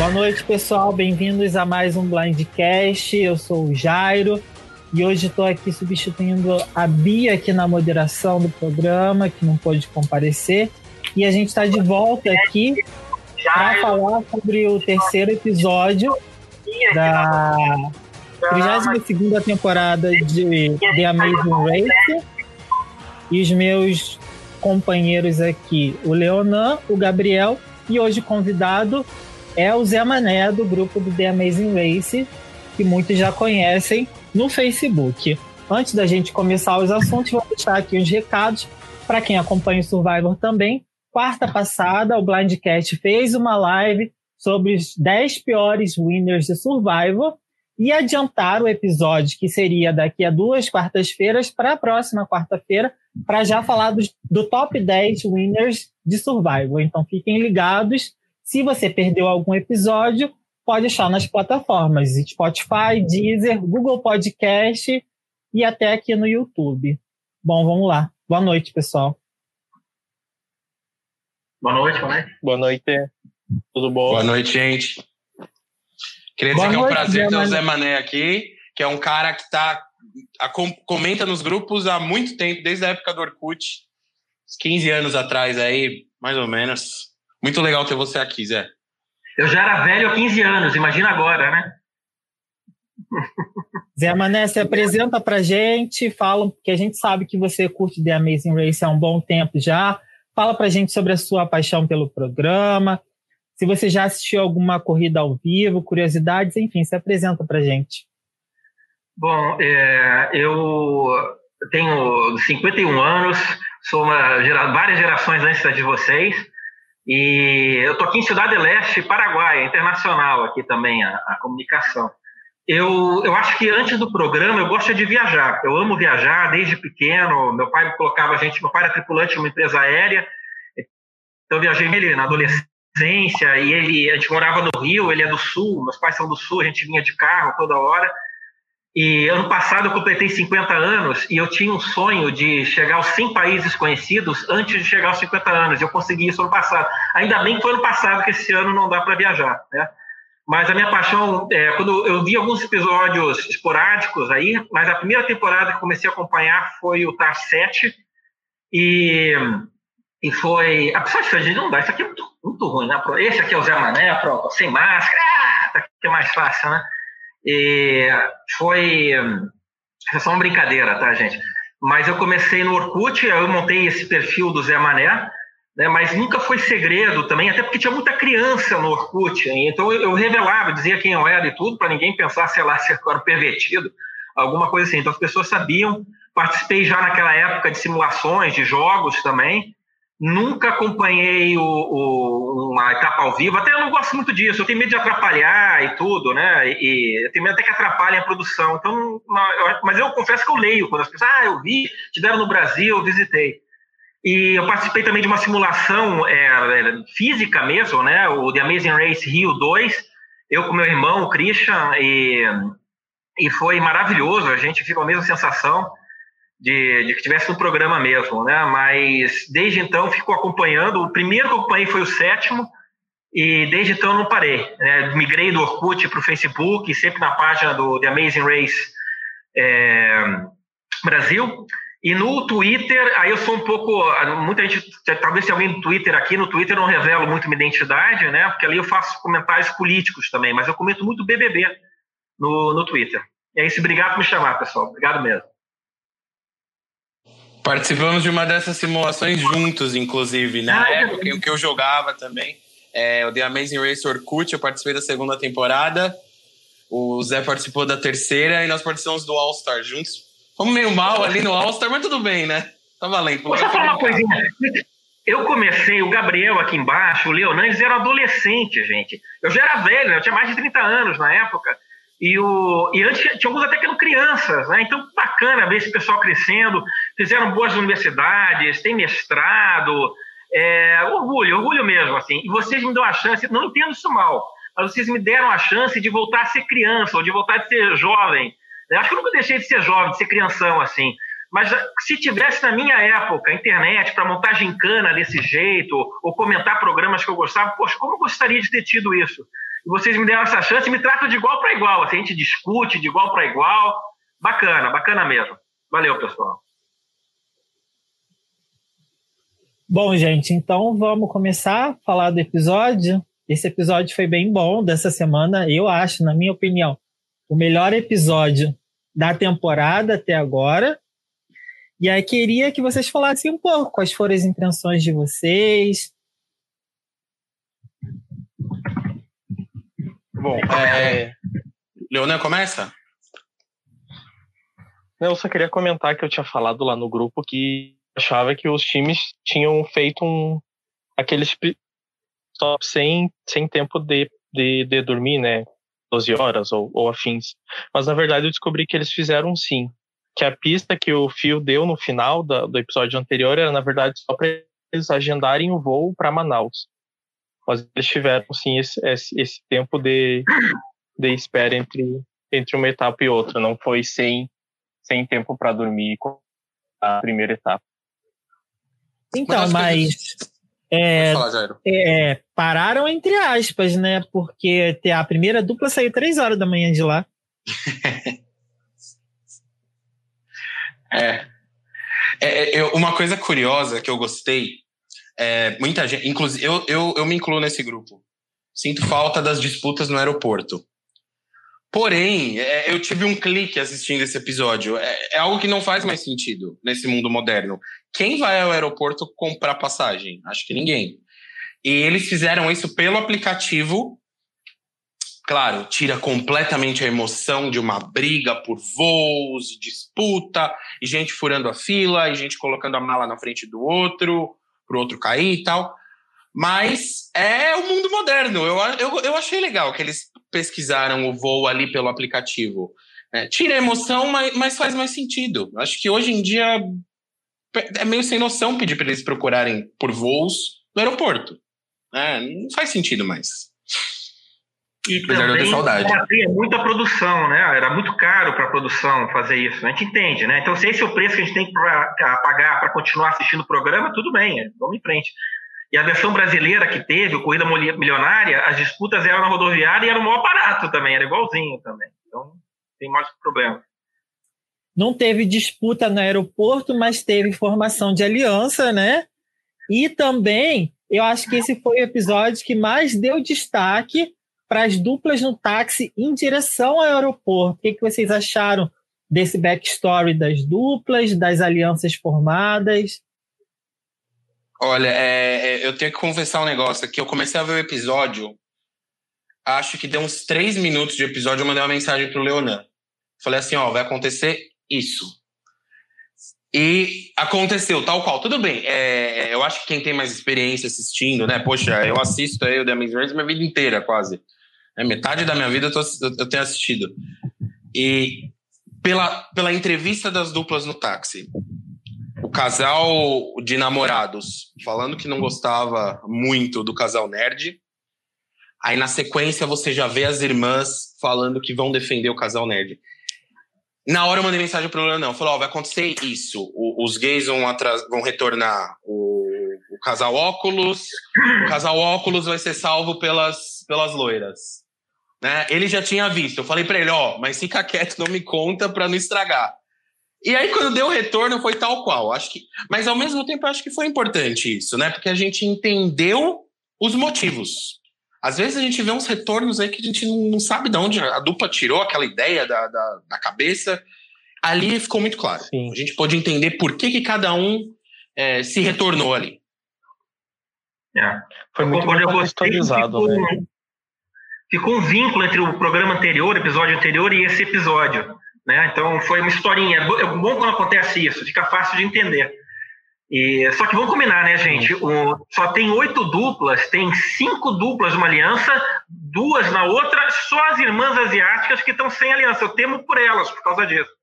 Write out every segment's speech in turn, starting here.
Boa noite, pessoal. Bem-vindos a mais um Blindcast. Eu sou o Jairo e hoje estou aqui substituindo a Bia aqui na moderação do programa, que não pôde comparecer. E a gente está de volta aqui para falar sobre o terceiro episódio da 32ª temporada de The Amazing Race. E os meus companheiros aqui, o Leonan, o Gabriel, e hoje o convidado é o Zé Mané, do grupo do The Amazing Race, que muitos já conhecem no Facebook. Antes da gente começar os assuntos, vou deixar aqui uns recados para quem acompanha o Survivor também. Quarta passada, o Blindcast fez uma live sobre os 10 piores winners de Survivor e adiantaram o episódio, que seria daqui a 2 quartas-feiras, para a próxima quarta-feira, para já falar do top 10 winners de Survivor. Então fiquem ligados. Se você perdeu algum episódio, pode achar nas plataformas Spotify, Deezer, Google Podcast e até aqui no YouTube. Bom, vamos lá. Boa noite, pessoal. Boa noite, Mané. Boa noite. Tudo bom? Boa noite, gente. Queria dizer que é um prazer ter o Zé Mané aqui, que é um cara que comenta nos grupos há muito tempo, desde a época do Orkut, 15 anos atrás aí, mais ou menos. Muito legal ter você aqui, Zé. Eu já era velho há 15 anos, imagina agora, né? Zé Mané, se apresenta pra gente, fala, que a gente sabe que você curte The Amazing Race há um bom tempo já. Fala pra gente sobre a sua paixão pelo programa, se você já assistiu alguma corrida ao vivo, curiosidades, enfim, se apresenta pra gente. Bom, eu tenho 51 anos, sou várias gerações antes de vocês, e eu estou aqui em Cidade do Leste, Paraguai, internacional aqui também a comunicação. Eu acho que antes do programa eu gosto de viajar, eu amo viajar desde pequeno. Meu pai era tripulante de uma empresa aérea, então eu viajei com ele na adolescência, e a gente morava no Rio, ele é do Sul, meus pais são do Sul, a gente vinha de carro toda hora. E ano passado eu completei 50 anos e eu tinha um sonho de chegar aos 100 países conhecidos antes de chegar aos 50 anos. E eu consegui isso ano passado. Ainda bem que foi ano passado, que esse ano não dá para viajar, né? Mas a minha paixão, quando eu vi alguns episódios esporádicos aí, mas a primeira temporada que comecei a acompanhar foi o TAR 7. E foi... Apesar de gente não dá, isso aqui é muito, muito ruim, né? Esse aqui é o Zé Mané, pronto, sem máscara, tá aqui é mais fácil, né? E foi só uma brincadeira, tá, gente? Mas eu comecei no Orkut, eu montei esse perfil do Zé Mané, né? Mas nunca foi segredo também, até porque tinha muita criança no Orkut, então eu revelava, dizia quem eu era e tudo, para ninguém pensar, sei lá, se eu era pervertido, alguma coisa assim. Então as pessoas sabiam. Participei já naquela época de simulações, de jogos também. Nunca acompanhei uma etapa ao vivo, até eu não gosto muito disso, eu tenho medo de atrapalhar e tudo, né? E eu tenho medo até que atrapalhem a produção. Então, mas eu confesso que eu leio quando as pessoas, eu vi, tiveram no Brasil, eu visitei. E eu participei também de uma simulação física mesmo, né? O The Amazing Race Rio 2, eu com meu irmão, o Christian, e foi maravilhoso, a gente ficou a mesma sensação de que tivesse um programa mesmo, né? Mas desde então fico acompanhando. O primeiro que eu acompanhei foi o 7º, e desde então eu não parei, né? Migrei do Orkut para o Facebook, sempre na página do The Amazing Race Brasil. E no Twitter, aí eu sou um pouco... Muita gente, talvez se alguém do Twitter aqui, no Twitter eu não revelo muito minha identidade, né? Porque ali eu faço comentários políticos também, mas eu comento muito BBB no Twitter. E é isso, obrigado por me chamar, pessoal. Obrigado mesmo. Participamos de uma dessas simulações juntos, inclusive, na época em que eu jogava também. O The Amazing Race Orkut, eu participei da 2ª temporada, o Zé participou da 3ª e nós participamos do All-Star juntos. Fomos meio mal ali no All-Star, mas tudo bem, né? Tá valendo. Posso falar uma coisinha? Eu comecei, o Gabriel aqui embaixo, o Leonan, eles eram adolescentes, gente. Eu já era velho, eu tinha mais de 30 anos na época. E antes tinha alguns até que eram crianças, né? Então, bacana ver esse pessoal crescendo, fizeram boas universidades, tem mestrado, orgulho mesmo, assim. E vocês me dão a chance, não entendo isso mal, mas vocês me deram a chance de voltar a ser criança, ou de voltar a ser jovem. Eu acho que eu nunca deixei de ser jovem, de ser crianção, assim. Mas se tivesse na minha época internet para montar gincana desse jeito, ou comentar programas que eu gostava, poxa, como eu gostaria de ter tido isso? e vocês me deram essa chance e me tratam de igual para igual. Assim, a gente discute de igual para igual. Bacana mesmo. Valeu, pessoal. Bom, gente, então vamos começar a falar do episódio. Esse episódio foi bem bom dessa semana. Eu acho, na minha opinião, o melhor episódio da temporada até agora. E aí queria que vocês falassem um pouco quais foram as intenções de vocês. Bom, Leonan, começa? Eu só queria comentar que eu tinha falado lá no grupo que achava que os times tinham feito aqueles stop sem tempo de dormir, né? 12 horas ou afins. Mas na verdade eu descobri que eles fizeram sim. Que a pista que o Phil deu no final do episódio anterior era, na verdade, só para eles agendarem o voo para Manaus. Mas eles tiveram, sim, esse tempo de espera entre uma etapa e outra. Não foi sem tempo para dormir com a primeira etapa. Então, mas Pode falar, Jairo. pararam entre aspas, né? Porque a primeira dupla saiu 3 horas da manhã de lá. Uma coisa curiosa que eu gostei, muita gente, inclusive eu me incluo nesse grupo, sinto falta das disputas no aeroporto. Porém, eu tive um clique assistindo esse episódio. É algo que não faz mais sentido nesse mundo moderno. Quem vai ao aeroporto comprar passagem? Acho que ninguém. E eles fizeram isso pelo aplicativo. Claro, tira completamente a emoção de uma briga por voos, disputa, e gente furando a fila, e gente colocando a mala na frente do outro, pro outro cair e tal. Mas é o mundo moderno. Eu achei legal que eles pesquisaram o voo ali pelo aplicativo. Tira a emoção, mas faz mais sentido. Acho que hoje em dia é meio sem noção pedir para eles procurarem por voos no aeroporto. Não faz sentido mais. E também é muita produção, né? Era muito caro para a produção fazer isso. A gente entende, né? Então, se esse é o preço que a gente tem que pagar para continuar assistindo o programa, tudo bem, vamos em frente. E a versão brasileira que teve, o Corrida Milionária, as disputas eram na rodoviária e era o maior barato também, era igualzinho também. Então, tem mais problema. Não teve disputa no aeroporto, mas teve formação de aliança, né? E também, eu acho que esse foi o episódio que mais deu destaque para as duplas no táxi em direção ao aeroporto. O que vocês acharam desse backstory das duplas, das alianças formadas? Olha, eu tenho que confessar um negócio aqui. Eu comecei a ver o episódio, acho que deu uns 3 minutos de episódio, eu mandei uma mensagem pro Leonan. Falei assim, vai acontecer isso. E aconteceu, tal qual. Tudo bem, eu acho que quem tem mais experiência assistindo, né? Poxa, eu assisto aí o The Amazing Race minha vida inteira, quase. Metade da minha vida eu tenho assistido. E pela entrevista das duplas no táxi, o casal de namorados falando que não gostava muito do casal nerd. Aí na sequência você já vê as irmãs falando que vão defender o casal nerd. Na hora eu mandei mensagem pro Leonão, falou, vai acontecer isso, os gays vão retornar, o casal óculos vai ser salvo pelas loiras, né? Ele já tinha visto, eu falei pra ele, mas fica quieto, não me conta pra não estragar. E aí quando deu o retorno foi tal qual, mas ao mesmo tempo eu acho que foi importante isso, né? Porque a gente entendeu os motivos. Às vezes a gente vê uns retornos aí que a gente não sabe de onde a dupla tirou aquela ideia da cabeça. Ali ficou muito claro. Sim. A gente pôde entender por que cada um se retornou ali. Foi muito contextualizado, né? Ficou um vínculo entre o programa anterior, o episódio anterior e esse episódio, né? Então foi uma historinha. É bom quando acontece isso, fica fácil de entender. Só que vamos combinar, né, gente? Só tem 8 duplas, tem 5 duplas numa aliança, 2 na outra, só as irmãs asiáticas que estão sem aliança. Eu temo por elas, por causa disso.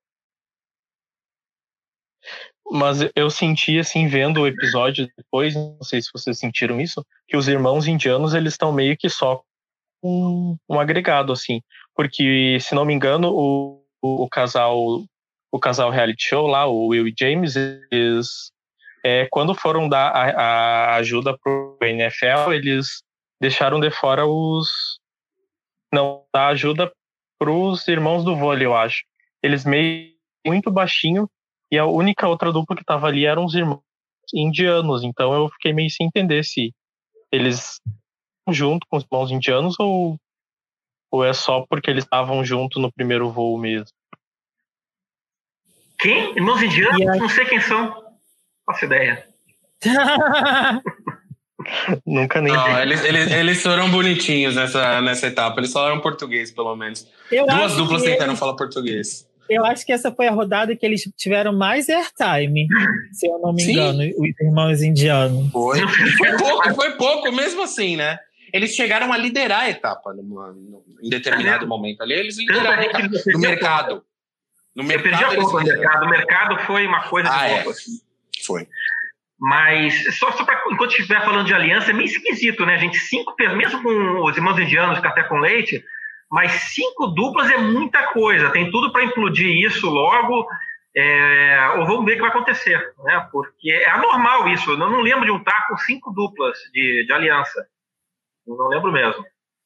Mas eu senti, assim, vendo o episódio depois, não sei se vocês sentiram isso, que os irmãos indianos, eles estão meio que só um agregado, assim. Porque, se não me engano, o casal reality show lá, o Will e James, eles... quando foram dar a ajuda pro NFL, eles deixaram de fora não dá ajuda pros irmãos do vôlei, eu acho. Eles meio muito baixinho, e a única outra dupla que tava ali eram os irmãos indianos, então eu fiquei meio sem entender se eles junto com os irmãos indianos ou é só porque eles estavam junto no primeiro voo mesmo. Quem? Irmãos indianos? Não sei quem são. Não faço ideia. Nunca nem Não, eles foram bonitinhos nessa etapa. Eles falaram português, pelo menos. Duas duplas tentaram falar português. Eu acho que essa foi a rodada que eles tiveram mais airtime, se eu não me engano, os irmãos indianos. Foi pouco, mesmo assim, né? Eles chegaram a liderar a etapa em determinado momento ali. Eles lideraram a etapa no mercado. Eu perdi a pouco no mercado. O mercado foi uma coisa de louco. Assim. Foi. Mas, só para enquanto estiver falando de aliança, é meio esquisito, né, gente? 5, mesmo com os irmãos indianos, café com leite, mas 5 duplas é muita coisa. Tem tudo para implodir isso logo, ou vamos ver o que vai acontecer, né? Porque é anormal isso. Eu não lembro de um TAR com 5 duplas de aliança. Eu não lembro mesmo.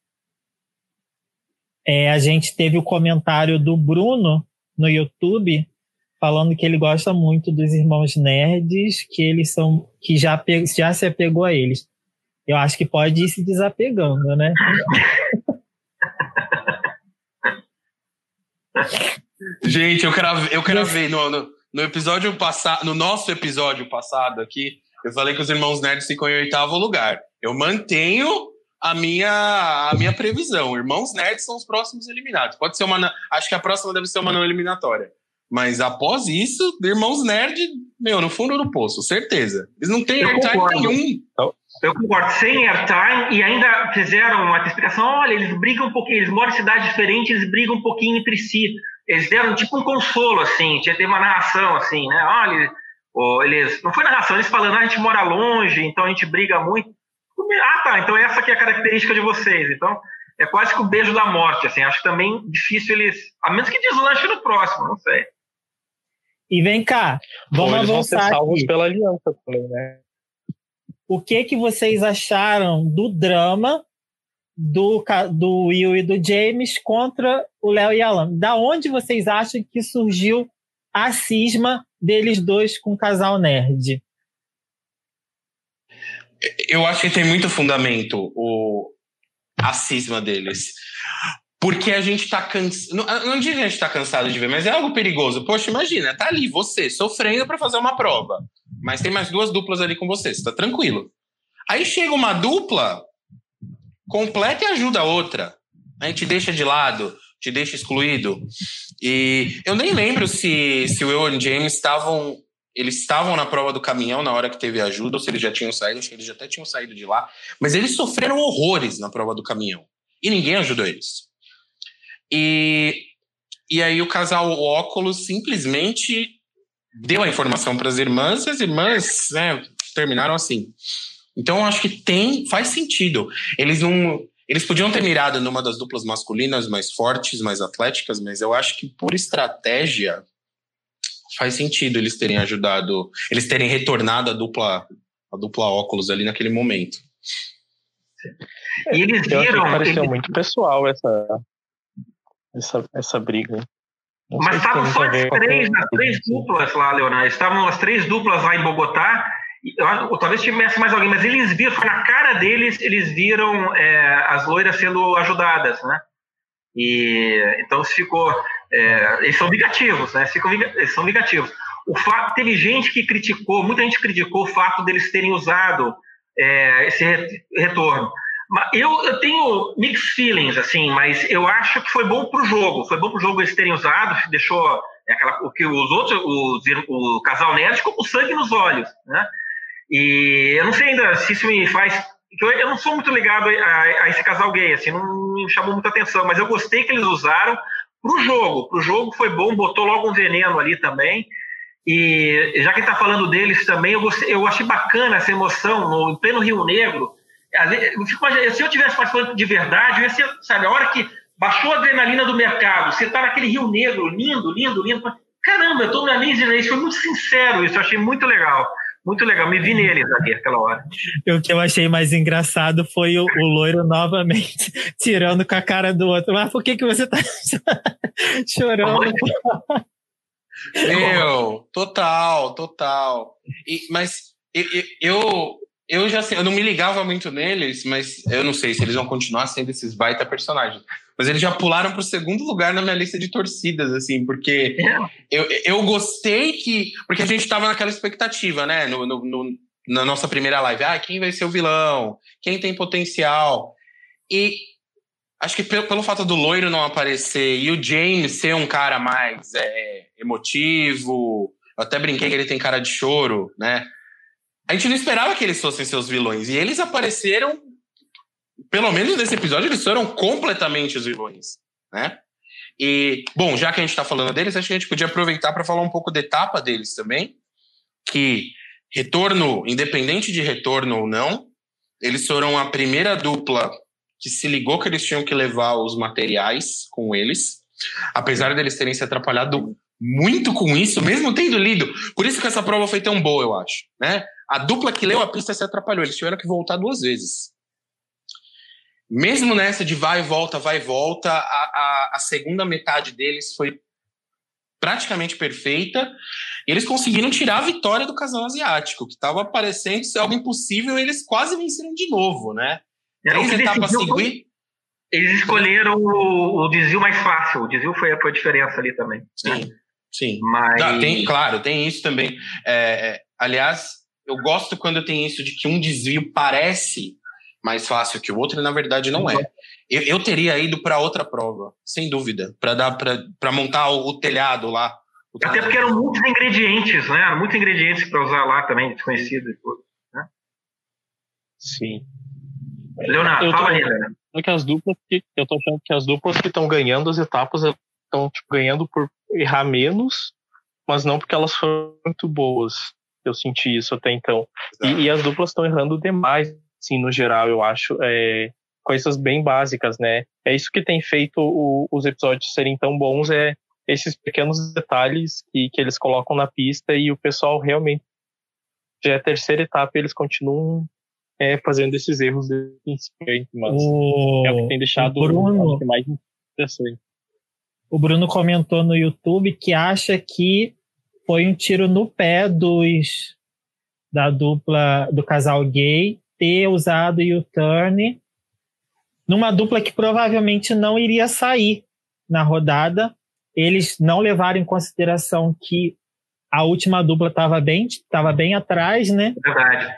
A gente teve o comentário do Bruno no YouTube falando que ele gosta muito dos irmãos nerds, que já se apegou a eles. Eu acho que pode ir se desapegando, né? Gente, eu cravei no episódio passado, no nosso episódio passado aqui, eu falei que os irmãos nerds ficam em 8º lugar. Eu mantenho a minha previsão. Irmãos nerds são os próximos eliminados. Pode ser acho que a próxima deve ser uma não eliminatória. Mas após isso, irmãos nerd, no fundo do poço, certeza. Eles não têm airtime nenhum. Eu concordo, sem airtime, e ainda fizeram uma explicação, olha, eles brigam um pouquinho, eles moram em cidades diferentes, eles brigam um pouquinho entre si. Eles deram tipo um consolo, assim, tinha que ter uma narração, assim, né? Olha, não foi narração, eles falando, a gente mora longe, então a gente briga muito. Tá, então essa aqui é a característica de vocês. Então, é quase que o beijo da morte, assim, acho também difícil eles, a menos que deslanche no próximo, não sei. E vem cá, vamos avançar. Eles vão ser salvos aqui pela aliança também, né? O que vocês acharam do drama do Will e do James contra o Léo e Alan? Da onde vocês acham que surgiu a cisma deles dois com o casal nerd? Eu acho que tem muito fundamento a cisma deles. Porque a gente tá cansado. Não digo que a gente tá cansado de ver, mas é algo perigoso. Poxa, imagina, tá ali você sofrendo pra fazer uma prova. Mas tem mais 2 duplas ali com você tá tranquilo. Aí chega uma dupla, completa e ajuda a outra. A gente deixa de lado, te deixa excluído. E eu nem lembro se o Will e James estavam na prova do caminhão na hora que teve ajuda, ou se eles já tinham saído, acho que eles já até tinham saído de lá. Mas eles sofreram horrores na prova do caminhão. E ninguém ajudou eles. E aí o casal Óculos simplesmente deu a informação para as irmãs, e as irmãs, né, terminaram assim. Então eu acho que faz sentido. Eles podiam ter mirado numa das duplas masculinas mais fortes, mais atléticas, mas eu acho que por estratégia faz sentido eles terem ajudado, eles terem retornado a dupla Óculos ali naquele momento. E eles viram... Pareceu muito pessoal essa briga. Mas estavam só as 3 duplas lá, Leonardo. Estavam as 3 duplas lá em Bogotá. Talvez tivesse mais alguém, mas eles viram, foi na cara deles, eles viram as loiras sendo ajudadas, né? E então ficou... eles são vingativos, né? Eles são vingativos. Teve gente que criticou, muita gente criticou o fato deles terem usado esse retorno. Eu tenho mixed feelings, assim, mas eu acho que foi bom pro jogo. Foi bom pro jogo eles terem usado, deixou o que os outros, o casal nerd, ficou com sangue nos olhos, né? E eu não sei ainda se isso me faz... Eu não sou muito ligado a esse casal gay, assim, não me chamou muita atenção, mas eu gostei que eles usaram pro jogo. Pro jogo foi bom, botou logo um veneno ali também. E já que ele tá falando deles também, eu achei bacana essa emoção em pleno Rio Negro. Se eu tivesse participando de verdade, eu ia ser, sabe, a hora que baixou a adrenalina do mercado, você tá naquele Rio Negro, lindo, lindo, lindo. Caramba, eu tô na Amazing Race, foi muito sincero isso, eu achei muito legal. Muito legal, me vi neles ali aquela hora. E o que eu achei mais engraçado foi o loiro novamente tirando com a cara do outro. Mas por que você tá chorando? Meu, total. Mas eu já sei, eu não me ligava muito neles, mas eu não sei se eles vão continuar sendo esses baita personagens. Mas eles já pularam pro segundo lugar na minha lista de torcidas, assim, porque eu gostei porque a gente tava naquela expectativa, né, na nossa primeira live. Quem vai ser o vilão? Quem tem potencial? E acho que pelo fato do loiro não aparecer e o James ser um cara mais emotivo, eu até brinquei que ele tem cara de choro, né? A gente não esperava que eles fossem seus vilões. E eles apareceram, pelo menos nesse episódio, eles foram completamente os vilões, né? E, bom, já que a gente tá falando deles, acho que a gente podia aproveitar para falar um pouco da etapa deles também. Que retorno, independente de retorno ou não, eles foram a primeira dupla que se ligou que eles tinham que levar os materiais com eles, apesar deles terem se atrapalhado muito com isso, mesmo tendo lido. Por isso que essa prova foi tão boa, eu acho, né? A dupla que leu a pista se atrapalhou, eles tiveram que voltar 2 vezes. Mesmo nessa de vai e volta, a segunda metade deles foi praticamente perfeita, e eles conseguiram tirar a vitória do casal asiático, que estava parecendo ser algo impossível, e eles quase venceram de novo, né? 3 etapas seguidas. Eles escolheram o desvio mais fácil. O desvio foi a diferença ali também. Sim. Mas... tem isso também. Aliás, eu gosto quando tem isso de que um desvio parece mais fácil que o outro e na verdade não é. Eu teria ido para outra prova, sem dúvida, para montar o telhado lá. Até porque eram muitos ingredientes, né? Muitos ingredientes para usar lá também, desconhecidos e tudo, né? Sim. Leonardo, fala aí, né? Eu tô achando que as duplas que estão ganhando as etapas estão ganhando por errar menos, mas não porque elas foram muito boas. Eu senti isso até então. E as duplas estão errando demais, assim, no geral, eu acho. Coisas bem básicas, né? É isso que tem feito os episódios serem tão bons, esses pequenos detalhes que eles colocam na pista e o pessoal realmente... Já é a terceira etapa e eles continuam fazendo esses erros de principiante, mas é o que tem deixado o mais interessante. O Bruno comentou no YouTube que acha que foi um tiro no pé da dupla do casal gay ter usado o U-turn numa dupla que provavelmente não iria sair na rodada. Eles não levaram em consideração que a última dupla estava bem atrás, né? Verdade.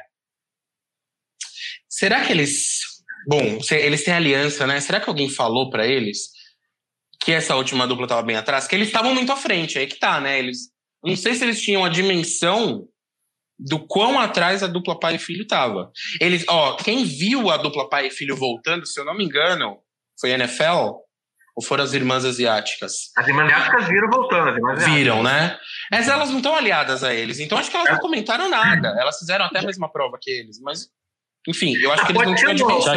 Será que eles... Bom, eles têm aliança, né? Será que alguém falou pra eles que essa última dupla estava bem atrás? Que eles estavam muito à frente, aí que tá, né? Não sei se eles tinham a dimensão do quão atrás a dupla pai e filho tava. Quem viu a dupla pai e filho voltando, se eu não me engano, foi a NFL ou foram as irmãs asiáticas? As irmãs asiáticas viram voltando. Viram, né? Mas elas não estão aliadas a eles, então acho que elas não comentaram nada. Elas fizeram até a mesma prova que eles, mas enfim, eu acho que eles não tinham a dimensão.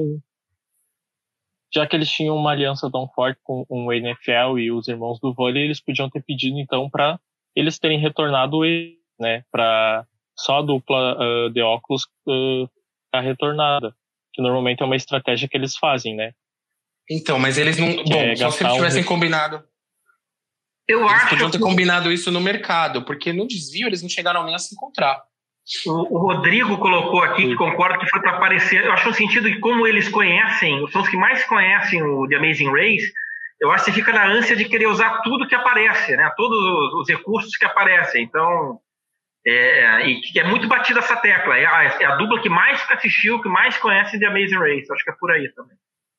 Já que eles tinham uma aliança tão forte com o NFL e os irmãos do vôlei, eles podiam ter pedido então para eles terem retornado, né, para só a dupla de óculos a retornada, que normalmente é uma estratégia que eles fazem, né? Então, mas eles não... Bom, só se eles tivessem combinado. Eles podiam ter combinado isso no mercado, porque no desvio eles não chegaram nem a se encontrar. O Rodrigo colocou aqui, que concorda que foi para aparecer. Eu acho no sentido que, como eles conhecem, são os que mais conhecem o The Amazing Race, eu acho que você fica na ânsia de querer usar tudo que aparece, né? Todos os recursos que aparecem. Então, e que é muito batida essa tecla. É a dupla que mais assistiu, que mais conhece The Amazing Race. Acho que é por aí também.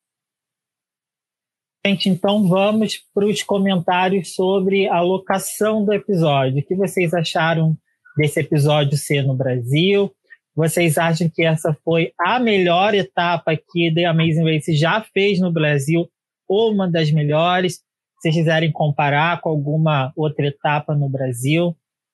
Gente, então vamos para os comentários sobre a locação do episódio. O que vocês acharam desse episódio ser no Brasil? Vocês acham que essa foi a melhor etapa que The Amazing Race já fez no Brasil ou uma das melhores? Se vocês quiserem comparar com alguma outra etapa no Brasil?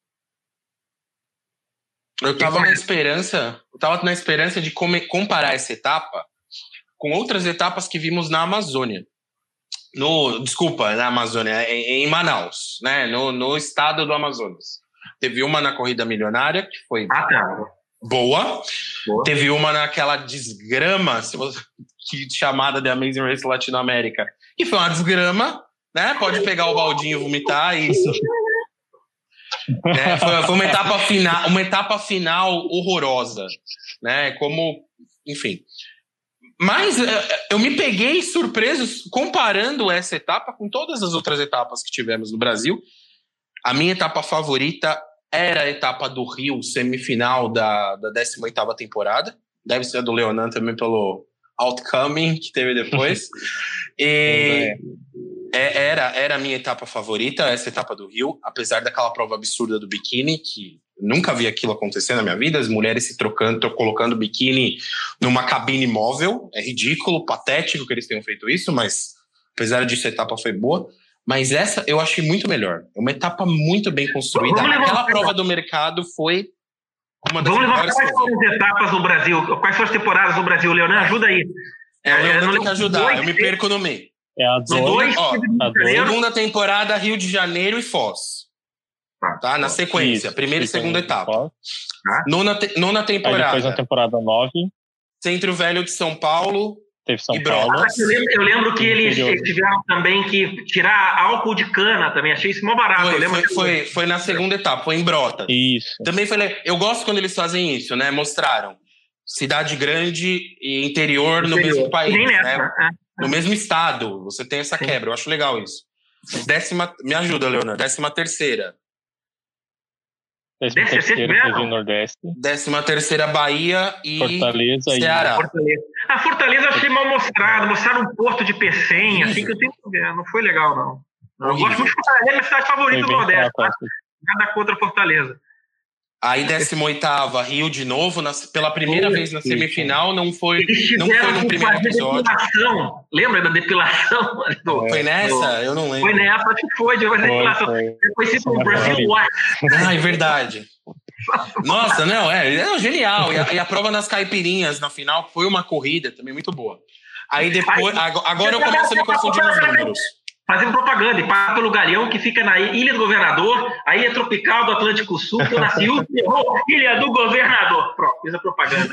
Eu estava na esperança de comparar essa etapa com outras etapas que vimos na Amazônia. Na Amazônia, em Manaus, né? No estado do Amazonas. Teve uma na Corrida Milionária, que foi boa. Teve uma naquela desgrama, chamada de Amazing Race Latinoamérica, que foi uma desgrama, né? Pode pegar o baldinho e vomitar, isso. Foi uma etapa final horrorosa, né? Enfim. Mas eu me peguei surpreso comparando essa etapa com todas as outras etapas que tivemos no Brasil. A minha etapa favorita era a etapa do Rio, semifinal da 18ª temporada. Deve ser a do Leonan também pelo outcoming que teve depois. Era a minha etapa favorita, essa etapa do Rio, apesar daquela prova absurda do biquíni, que nunca vi aquilo acontecer na minha vida, as mulheres se trocando, colocando biquíni numa cabine móvel. É ridículo, patético que eles tenham feito isso, mas apesar disso a etapa foi boa. Mas essa eu achei muito melhor. É uma etapa muito bem construída. Aquela prova do mercado foi uma das melhores. Quais foram as etapas no Brasil? Quais foram as temporadas no Brasil? Leonan, ajuda aí. Eu tenho que ajudar, eu me perco no meio. Segunda temporada, Rio de Janeiro e Foz. Tá? Na sequência, primeira e segunda etapa. Nona temporada. Aí depois na temporada 9. Centro Velho de São Paulo. Teve São Paulo. Eu lembro que eles tiveram também que tirar álcool de cana também. Achei isso mó barato. Foi na segunda etapa, foi em Brotas. Isso. Também eu gosto quando eles fazem isso, né? Mostraram cidade grande e interior no mesmo país. Né? No mesmo estado. Você tem essa quebra. Eu acho legal isso. Me ajuda, Leonardo. 13ª. 13ª teve Nordeste. 13ª Bahia e Fortaleza Ceará. Fortaleza eu achei mal mostrado. Mostraram um porto de Pecém, assim que eu tenho que ver. Não foi legal, não. Eu gosto muito de Fortaleza, é minha cidade favorita do Nordeste. Nada contra Fortaleza. Aí 18ª, Rio de novo, pela primeira vez na semifinal, não foi no primeiro episódio. Depilação. Lembra da depilação? Foi nessa? Eu não lembro. Foi nessa, acho que foi. Depilação. Depois se o Brasil é verdade. Nossa, não, genial. E a prova nas caipirinhas na final foi uma corrida também muito boa. Aí depois, agora eu começo a me confundir nos números. Fazendo propaganda, e passa pelo Galeão, que fica na Ilha do Governador, a Ilha Tropical do Atlântico Sul, que eu nasci Ilha do Governador. Pronto, fiz a propaganda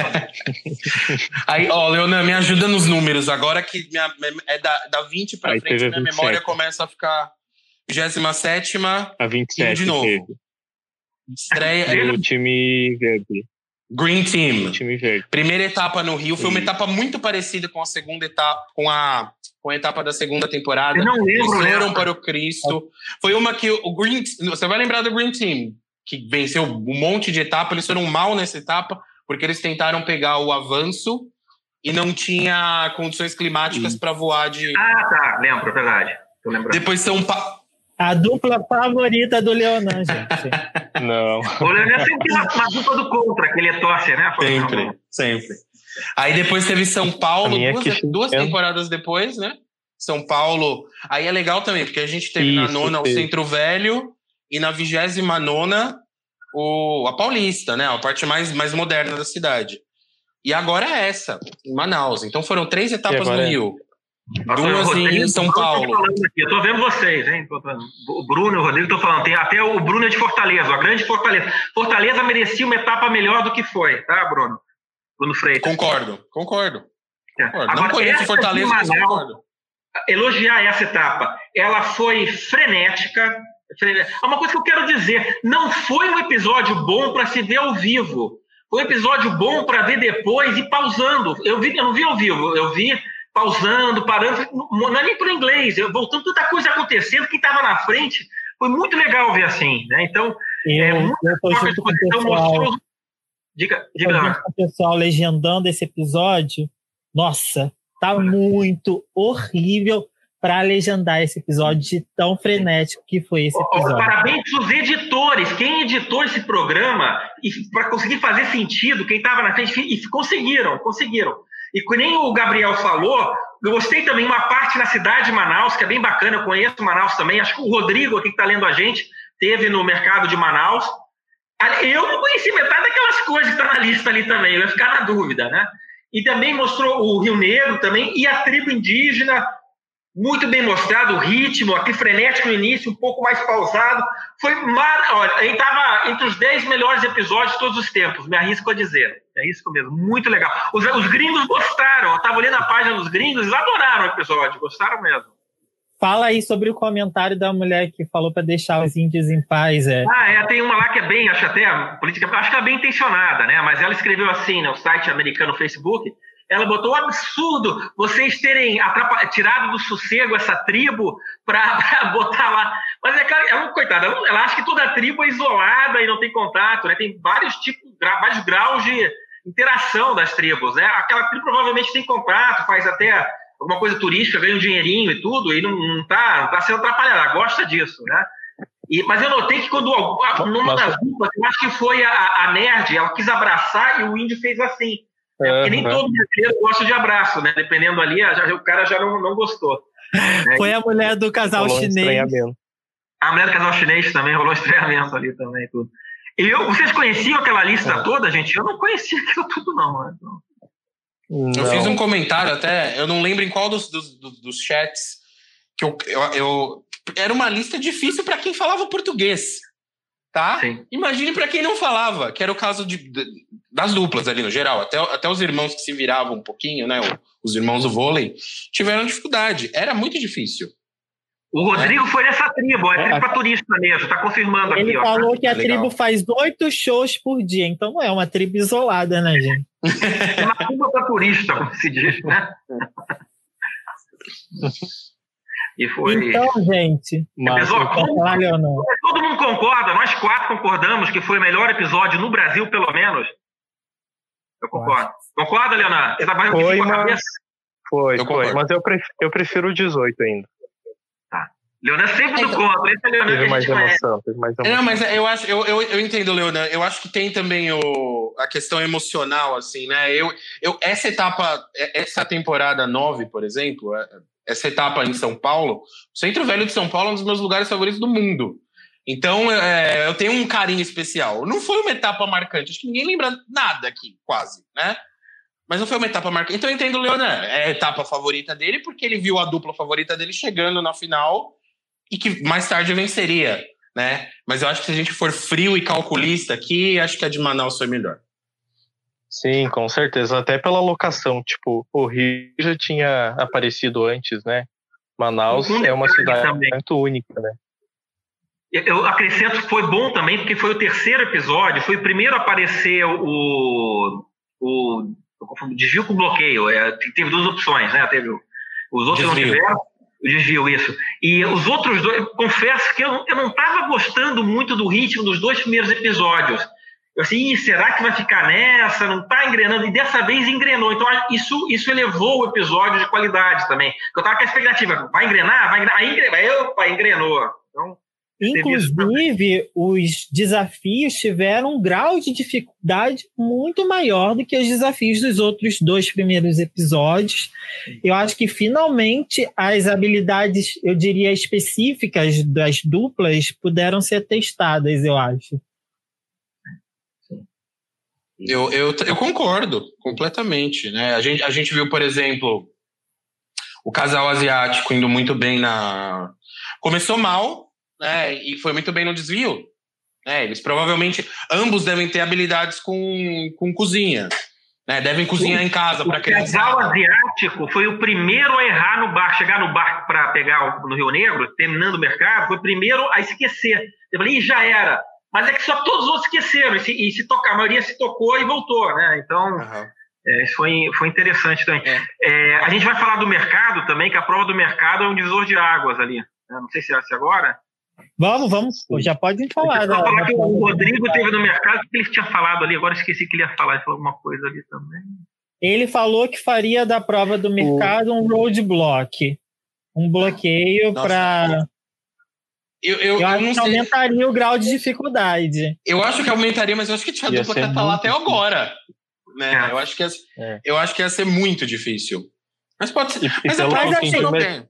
aqui. Aí, Leonan, me ajuda nos números, agora que da 20 pra frente, minha memória começa a ficar 27ª, a 27 de novo. Teve. Estreia do time verde. Green Team. Time verde. Primeira etapa no Rio, foi uma etapa muito parecida com a segunda etapa, com a etapa da segunda temporada. Eu não lembro. Eles foram para o Cristo. Foi uma que o Green... Você vai lembrar do Green Team, que venceu um monte de etapa. Eles foram mal nessa etapa, porque eles tentaram pegar o avanço e não tinha condições climáticas para voar de... tá. Lembro, é verdade. Tô lembrando. Depois São Paulo... A dupla favorita do Leonan, gente. Não. O Leonan sempre tem uma dupla do contra, que ele é tosse, né? Sempre. Aí depois teve São Paulo, duas temporadas depois, né? São Paulo. Aí é legal também, porque a gente teve na nona o Centro Velho e na 29ª a Paulista, né? A parte mais moderna da cidade. E agora é essa, em Manaus. Então foram 3 etapas no Rio. Duas em São Paulo. Eu tô vendo vocês, hein? O Bruno e o Rodrigo estão falando. Tem até o Bruno é de Fortaleza, a grande Fortaleza. Fortaleza merecia uma etapa melhor do que foi, tá, Bruno? Bruno Freitas. Concordo. Não conheço Fortaleza, mas concordo. Elogiar essa etapa. Ela foi frenética. Uma coisa que eu quero dizer, não foi um episódio bom para se ver ao vivo. Foi um episódio bom para ver depois e pausando. Eu não vi ao vivo, eu vi pausando, parando, não é nem por inglês, voltando tanta coisa acontecendo, quem estava na frente, foi muito legal ver assim, né? Então, eu tô junto com o pessoal, diga com o pessoal legendando esse episódio. Nossa, tá muito horrível para legendar esse episódio de tão frenético que foi esse episódio. Parabéns aos editores, quem editou esse programa, para conseguir fazer sentido, quem estava na frente, e conseguiram. E que nem o Gabriel falou, eu gostei também uma parte na cidade de Manaus, que é bem bacana, eu conheço Manaus também, acho que o Rodrigo aqui que está lendo a gente, teve no mercado de Manaus. Eu não conheci metade daquelas coisas que estão na lista ali também, eu ia ficar na dúvida, né? E também mostrou o Rio Negro também, e a tribo indígena muito bem mostrado, o ritmo, aquele frenético no início, um pouco mais pausado. Foi Olha, ele estava entre os 10 melhores episódios de todos os tempos, me arrisco a dizer. É isso mesmo, muito legal. Os gringos gostaram, eu estava olhando a página dos gringos, eles adoraram o episódio, gostaram mesmo. Fala aí sobre o comentário da mulher que falou para deixar os índios em paz. Tem uma lá que é bem, acho até a política, acho que é bem intencionada, né? Mas ela escreveu assim, no site americano Facebook, ela botou: absurdo vocês terem tirado do sossego essa tribo para botar lá. Mas coitada, ela acha que toda a tribo é isolada e não tem contato, né? Tem vários graus de interação das tribos, né? Aquela tribo provavelmente tem contato, faz até alguma coisa turística, ganha um dinheirinho e tudo, e não tá sendo atrapalhada, ela gosta disso, né? Mas eu notei que quando numa das duplas, eu acho que foi a nerd, ela quis abraçar e o índio fez assim. Porque nem todo brasileiro gosta de abraço, né? Dependendo ali, o cara já não gostou. Foi a mulher do casal chinês. A mulher do casal chinês também rolou estranhamento ali também. Tudo. Vocês conheciam aquela lista toda, gente? Eu não conhecia aquilo tudo, não. Né? Eu fiz um comentário até, eu não lembro em qual dos chats, que eu era uma lista difícil para quem falava português. Tá? Sim. Imagine para quem não falava, que era o caso das duplas ali no geral. Até os irmãos que se viravam um pouquinho, né? Os irmãos do vôlei, tiveram dificuldade. Era muito difícil. O Rodrigo foi nessa tribo, é tribo pra turista mesmo, tá confirmando aqui. Ele falou que a tribo faz 8 shows por dia, então não é uma tribo isolada, né, gente? É uma tribo pra turista, como se diz, né? E foi... Então, gente, todo mundo concorda, nós 4 concordamos que foi o melhor episódio no Brasil, pelo menos. Eu concordo. Concorda, Leonardo? Você tá mais foi, com a cabeça? Foi, mas eu prefiro o 18 ainda. Tá. Leonardo sempre do contra. Esse é Leonardo teve mais emoção. Não, mas eu entendo, Leonardo. Eu acho que tem também a questão emocional, assim, né? Essa temporada 9, por exemplo, essa etapa em São Paulo, o Centro Velho de São Paulo é um dos meus lugares favoritos do mundo. Então, eu tenho um carinho especial. Não foi uma etapa marcante. Acho que ninguém lembra nada aqui, quase, né? Mas não foi uma etapa marcante. Então, eu entendo o Leonardo. É a etapa favorita dele, porque ele viu a dupla favorita dele chegando na final e que mais tarde venceria, né? Mas eu acho que se a gente for frio e calculista aqui, acho que a de Manaus foi melhor. Sim, com certeza. Até pela locação. Tipo, o Rio já tinha aparecido antes, né? Manaus é uma cidade muito única, né? Eu acrescento que foi bom também, porque foi o terceiro episódio, foi o primeiro a aparecer o desvio com bloqueio. Teve 2 opções, né? Teve os outros desvio. Não tiveram o desvio, isso. E os outros 2, confesso que eu não estava gostando muito do ritmo dos 2 primeiros episódios. Eu assim, será que vai ficar nessa? Não está engrenando? E dessa vez engrenou. Então, isso elevou o episódio de qualidade também. Eu estava com a expectativa, vai engrenar? Aí engrenou. Então, inclusive, os desafios tiveram um grau de dificuldade muito maior do que os desafios dos outros 2 primeiros episódios. Eu acho que, finalmente, as habilidades, eu diria, específicas das duplas puderam ser testadas, eu acho. Eu concordo completamente, né? A gente viu, por exemplo, o casal asiático indo muito bem começou mal, né? E foi muito bem no desvio, né? Eles provavelmente ambos devem ter habilidades com cozinha, né? Devem cozinhar em casa para criança. O casal asiático foi o primeiro a errar no bar, chegar no bar para pegar no Rio Negro, terminando o mercado, foi o primeiro a esquecer. Eu falei, já era. Mas é que só todos os outros esqueceram, a maioria se tocou e voltou, né? Então, isso foi interessante também. A gente vai falar do mercado também, que a prova do mercado é um divisor de águas ali. Não sei se é agora. Vamos, já podem falar. Falar que o Rodrigo teve no mercado, o que ele tinha falado ali, agora esqueci que ele ia falar, ele falou alguma coisa ali também. Ele falou que faria da prova do mercado um roadblock, um bloqueio para... Eu acho que aumentaria o grau de dificuldade. Eu acho que aumentaria, mas eu acho que tinha dupla que tá lá até agora. Né? Eu acho que ia ser muito difícil. Mas pode ser. Mas a prova não tem.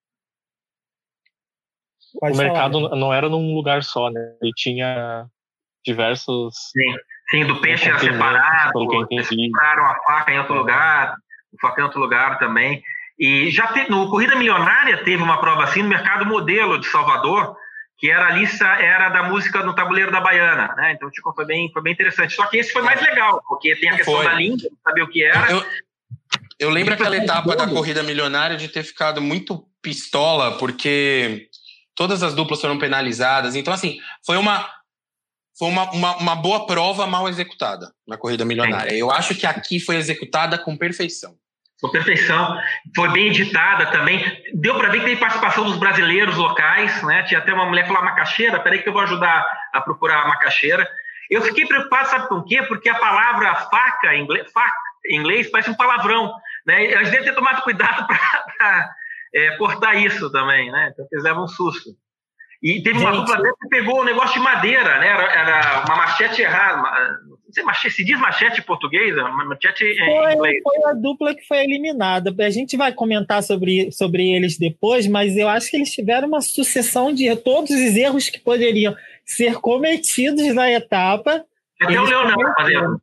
O mercado não era num lugar só, né? Ele tinha diversos... Sim, do peixe era separado, eles separaram a faca em outro lugar, o facão em outro lugar também. E já no Corrida Milionária teve uma prova assim no Mercado Modelo de Salvador, que era a lista da música no Tabuleiro da Baiana, né? Então, tipo, foi bem interessante. Só que esse foi mais legal, porque tem a questão da língua, não saber o que era. Eu lembro aquela etapa da Corrida Milionária de ter ficado muito pistola, porque todas as duplas foram penalizadas. Então, assim, foi uma boa prova mal executada na Corrida Milionária. Eu acho que aqui foi executada com perfeição. Com perfeição. Foi bem editada também. Deu para ver que teve participação dos brasileiros locais, né? Tinha até uma mulher que falou macaxeira. Peraí que eu vou ajudar a procurar a macaxeira. Eu fiquei preocupado, sabe com o quê? Porque a palavra faca em inglês parece um palavrão, né? A gente deve ter tomado cuidado para cortar isso também, né? Então eles levam um susto. E teve uma dupla que pegou um negócio de madeira, né? Era uma machete errada. Não sei, machete, se diz machete em português? Machete em inglês. Foi a dupla que foi eliminada. A gente vai comentar sobre eles depois, mas eu acho que eles tiveram uma sucessão de todos os erros que poderiam ser cometidos na etapa. Até o Leonardo fazendo.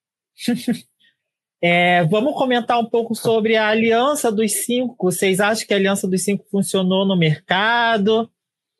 Vamos comentar um pouco sobre a Aliança dos Cinco. Vocês acham que a Aliança dos Cinco funcionou no mercado?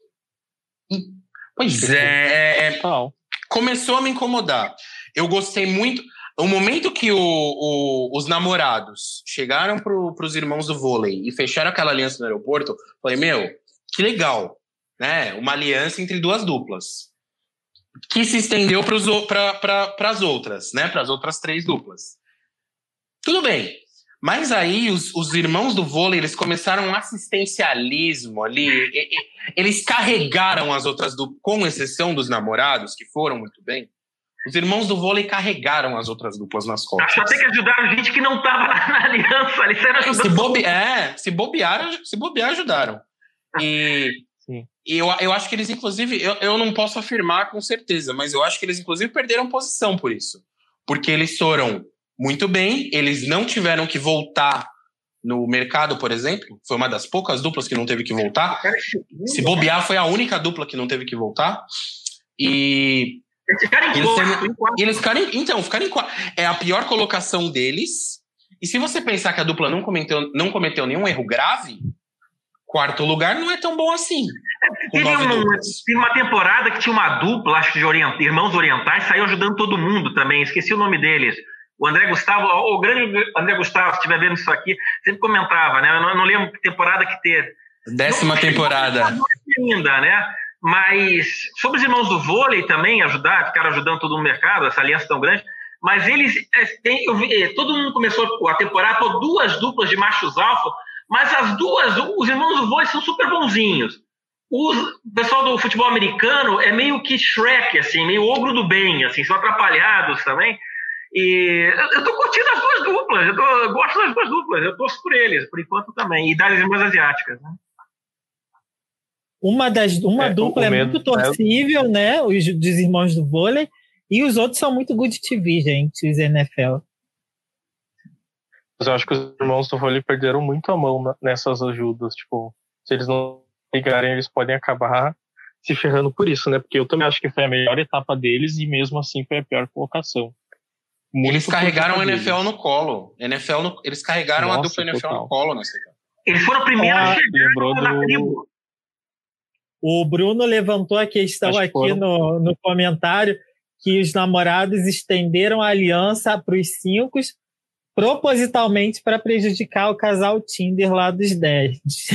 Pois começou a me incomodar. Eu gostei muito. O momento que os namorados chegaram para os irmãos do vôlei e fecharam aquela aliança no aeroporto, falei, que legal, né? Uma aliança entre duas duplas que se estendeu para as outras, né? Para as outras 3 duplas. Tudo bem. Mas aí os irmãos do vôlei, eles começaram um assistencialismo ali. Eles carregaram as outras duplas, com exceção dos namorados, que foram muito bem. Os irmãos do vôlei carregaram as outras duplas nas costas. Acho até que ajudaram gente que não estava na aliança. Eles saíram ajudando. Se bobear, ajudaram. E eu acho que eles, inclusive, eu não posso afirmar com certeza, mas eu acho que eles, inclusive, perderam posição por isso. Porque eles foram muito bem, eles não tiveram que voltar no mercado, por exemplo. Foi uma das poucas duplas que não teve que voltar. Se bobear, foi a única dupla que não teve que voltar. E eles ficaram em quarto. É a pior colocação deles. E se você pensar que a dupla não cometeu nenhum erro grave, 4º lugar não é tão bom assim. Teve uma temporada que tinha uma dupla, acho que de irmãos orientais, saiu ajudando todo mundo também. Esqueci o nome deles. O André Gustavo, o grande André Gustavo, se estiver vendo isso aqui, sempre comentava, né? Eu não lembro que temporada que teve. 10ª temporada. Ainda, né? Mas sobre os irmãos do vôlei também ficaram ajudando todo no mercado, essa aliança tão grande. Mas eles todo mundo começou a temporada com 2 duplas de machos alfa, mas os irmãos do vôlei são super bonzinhos. O pessoal do futebol americano é meio que Shrek, assim, meio ogro do bem, assim, são atrapalhados também. E eu tô curtindo as 2 duplas, eu gosto das 2 duplas, eu torço por eles, por enquanto também, e das irmãs asiáticas, né? Uma dupla é muito torcível, né? Os dos irmãos do vôlei, e os outros são muito good TV, gente, os NFL. Mas eu acho que os irmãos do vôlei perderam muito a mão nessas ajudas. Tipo, se eles não ligarem, eles podem acabar se ferrando por isso, né? Porque eu também acho que foi a melhor etapa deles e mesmo assim foi a pior colocação. Eles carregaram a NFL no colo. Eles carregaram a dupla NFL no colo nessa etapa. Eles foram a primeira a chegar na tribo. O Bruno levantou a questão aqui no comentário que os namorados estenderam a aliança para os 5 propositalmente para prejudicar o casal Tinder lá dos 10.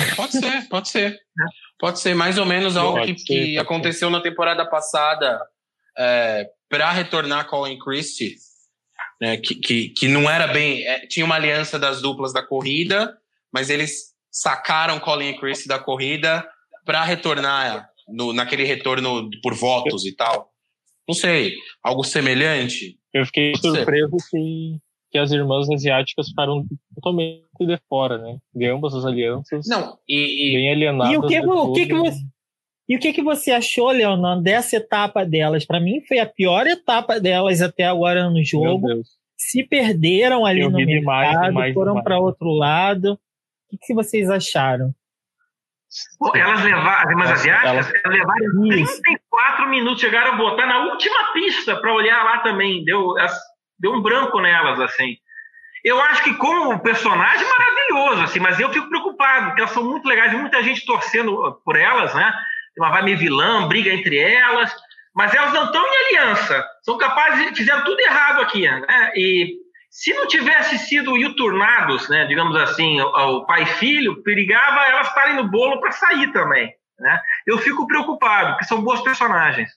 Pode ser mais ou menos algo que aconteceu na temporada passada para retornar Colin Christie, né, que não era bem... tinha uma aliança das duplas da corrida, mas eles sacaram Colin Christie da corrida para retornar naquele retorno por votos e tal. Não sei, algo semelhante? Eu fiquei surpreso que as irmãs asiáticas ficaram totalmente de fora, né? De ambas as alianças. Não, bem alienadas. E o que você achou, Leonardo, dessa etapa delas? Para mim foi a pior etapa delas até agora no jogo. Se perderam ali no mercado, foram para outro lado. O que vocês acharam? Elas levaram, as irmãs asiáticas, elas levaram 34 minutos, chegaram a botar na última pista para olhar lá também. Deu um branco nelas, assim. Eu acho que como personagem maravilhoso, assim, mas eu fico preocupado, porque elas são muito legais e muita gente torcendo por elas, né? Tem uma vibe vilã, briga entre elas, mas elas não estão em aliança. São capazes, fizeram tudo errado aqui, né? E se não tivesse sido Yuturnados, né, digamos assim, o pai e filho, perigava elas estarem no bolo para sair também, né? Eu fico preocupado, porque são boas personagens.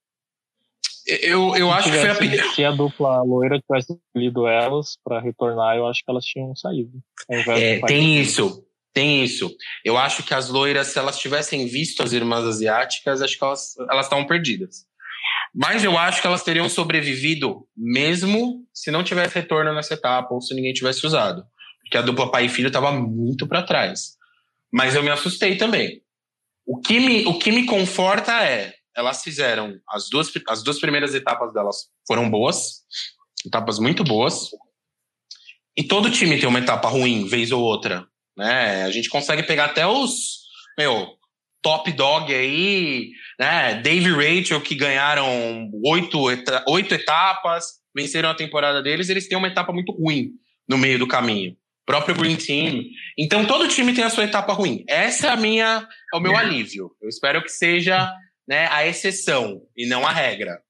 Eu acho que foi se a dupla loira tivesse lido elas para retornar, eu acho que elas tinham saído. Tem isso. Eu acho que as loiras, se elas tivessem visto as irmãs asiáticas, acho que elas estavam perdidas. Mas eu acho que elas teriam sobrevivido mesmo se não tivesse retorno nessa etapa ou se ninguém tivesse usado. Porque a dupla pai e filho estava muito para trás. Mas eu me assustei também. O que me conforta é elas fizeram as duas primeiras etapas delas foram boas, etapas muito boas. E todo time tem uma etapa ruim, vez ou outra, né? A gente consegue pegar até os top dog aí, né? Dave e Rachel, que ganharam 8 etapas, venceram a temporada deles, eles têm uma etapa muito ruim no meio do caminho. Próprio Green Team. Então, todo time tem a sua etapa ruim. Essa é o meu alívio. Eu espero que seja, né, a exceção e não a regra.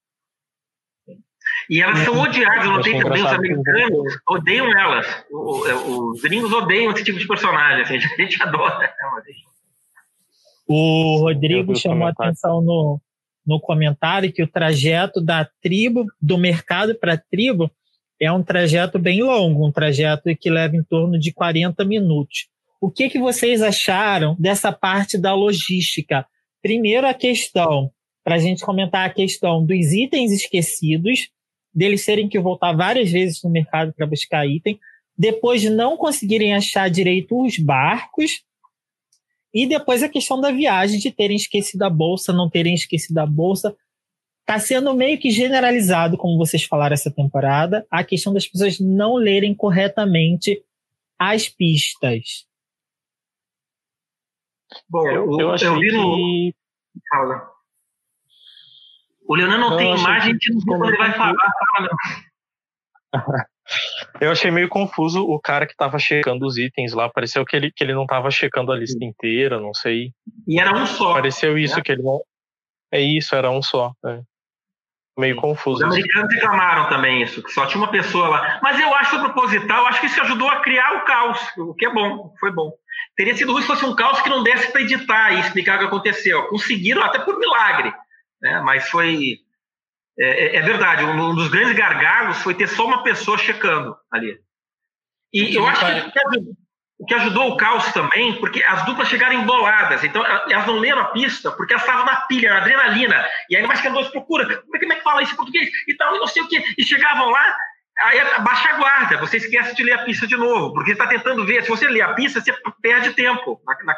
E elas são odiadas, eu notei também, os americanos odeiam elas. Os gringos odeiam esse tipo de personagem, assim, a gente adora. O Rodrigo chamou a atenção no comentário que o trajeto da tribo, do mercado para a tribo, é um trajeto bem longo, um trajeto que leva em torno de 40 minutos. O que vocês acharam dessa parte da logística? Primeiro a questão, para a gente comentar a questão dos itens esquecidos, deles terem que voltar várias vezes no mercado para buscar item, depois de não conseguirem achar direito os barcos, e depois a questão da viagem, de terem esquecido a bolsa, não terem esquecido a bolsa. Está sendo meio que generalizado, como vocês falaram essa temporada, a questão das pessoas não lerem corretamente as pistas. Bom, eu vi no... Fala. O Leonan não tem imagem, a gente não sabe quando ele vai falar. Eu achei meio confuso o cara que estava checando os itens lá. Pareceu que ele não estava checando a lista inteira, não sei. E era um só. Pareceu isso, né? Que ele não... É isso, era um só. É. Meio confuso. Os americanos reclamaram também isso, que só tinha uma pessoa lá. Mas eu acho proposital, acho que isso ajudou a criar o caos, o que é bom, foi bom. Teria sido ruim se fosse um caos que não desse para editar e explicar o que aconteceu. Conseguiram até por milagre, né? Mas foi... É verdade, um dos grandes gargalos foi ter só uma pessoa checando ali. E eu acho que o que ajudou o caos também, porque as duplas chegaram emboladas, então elas não leram a pista, porque elas estavam na pilha, na adrenalina, e aí mais que as duas procuram, como é que fala isso em português, e tal, e não sei o quê, e chegavam lá, aí baixa a guarda, você esquece de ler a pista de novo, porque você está tentando ver, se você ler a pista, você perde tempo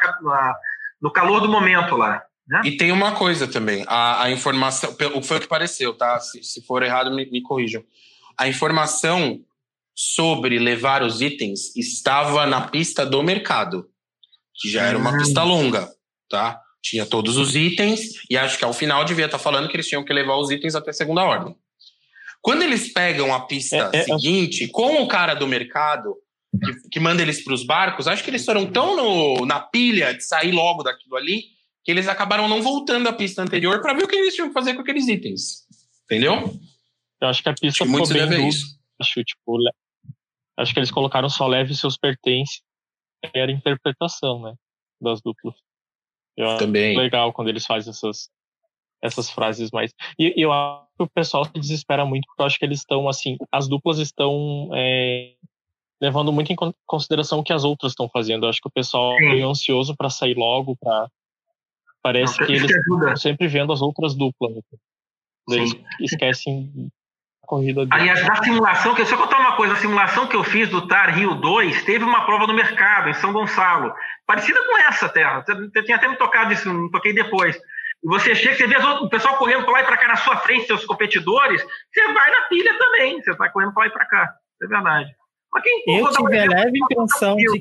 no calor do momento lá. Né? E tem uma coisa também, a informação, foi o que pareceu, tá? Se for errado, me corrijam. A informação sobre levar os itens estava na pista do mercado, que já era uma pista longa, tá? Tinha todos os itens, e acho que ao final devia estar falando que eles tinham que levar os itens até segunda ordem. Quando eles pegam a pista seguinte, com o cara do mercado, que manda eles para os barcos, acho que eles foram tão na pilha de sair logo daquilo ali, que eles acabaram não voltando à pista anterior para ver o que eles tinham que fazer com aqueles itens. Entendeu? Eu acho que a pista ficou bem dúbia. Acho que eles colocaram só leve seus pertences. Era a interpretação, né? Das duplas. Eu acho legal quando eles fazem essas frases mais... E eu acho que o pessoal se desespera muito, porque eu acho que eles estão, assim... As duplas estão levando muito em consideração o que as outras estão fazendo. Eu acho que o pessoal é meio ansioso para sair logo, Parece que eles estão sempre vendo as outras duplas. Eles esquecem a corrida deles. Aliás, na simulação, deixa eu contar uma coisa, a simulação que eu fiz do TAR Rio 2 teve uma prova no mercado, em São Gonçalo, parecida com essa até. Eu tinha até me tocado isso, me toquei depois. E você chega, você vê o pessoal correndo para lá e para cá na sua frente, seus competidores, você vai na pilha também, você vai correndo para lá e para cá. É verdade. Mas eu tive a leve impressão de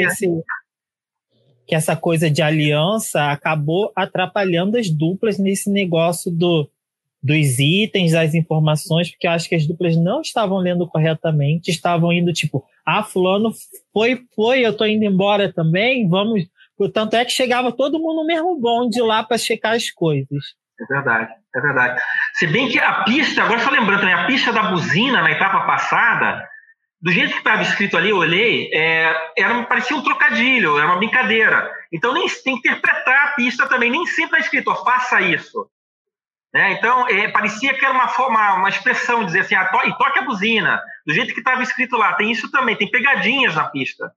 que essa coisa de aliança acabou atrapalhando as duplas nesse negócio dos itens, das informações, porque eu acho que as duplas não estavam lendo corretamente, estavam indo tipo, fulano foi, eu tô indo embora também, vamos... Tanto é que chegava todo mundo no mesmo bonde lá para checar as coisas. É verdade. Se bem que a pista, agora só lembrando também, a pista da buzina na etapa passada, do jeito que estava escrito ali, eu olhei, parecia um trocadilho, era uma brincadeira. Então nem tem que interpretar a pista também, nem sempre está escrito, faça isso. Né? Então, parecia que era uma expressão, dizer assim, e toque a buzina, do jeito que estava escrito lá. Tem isso também, tem pegadinhas na pista.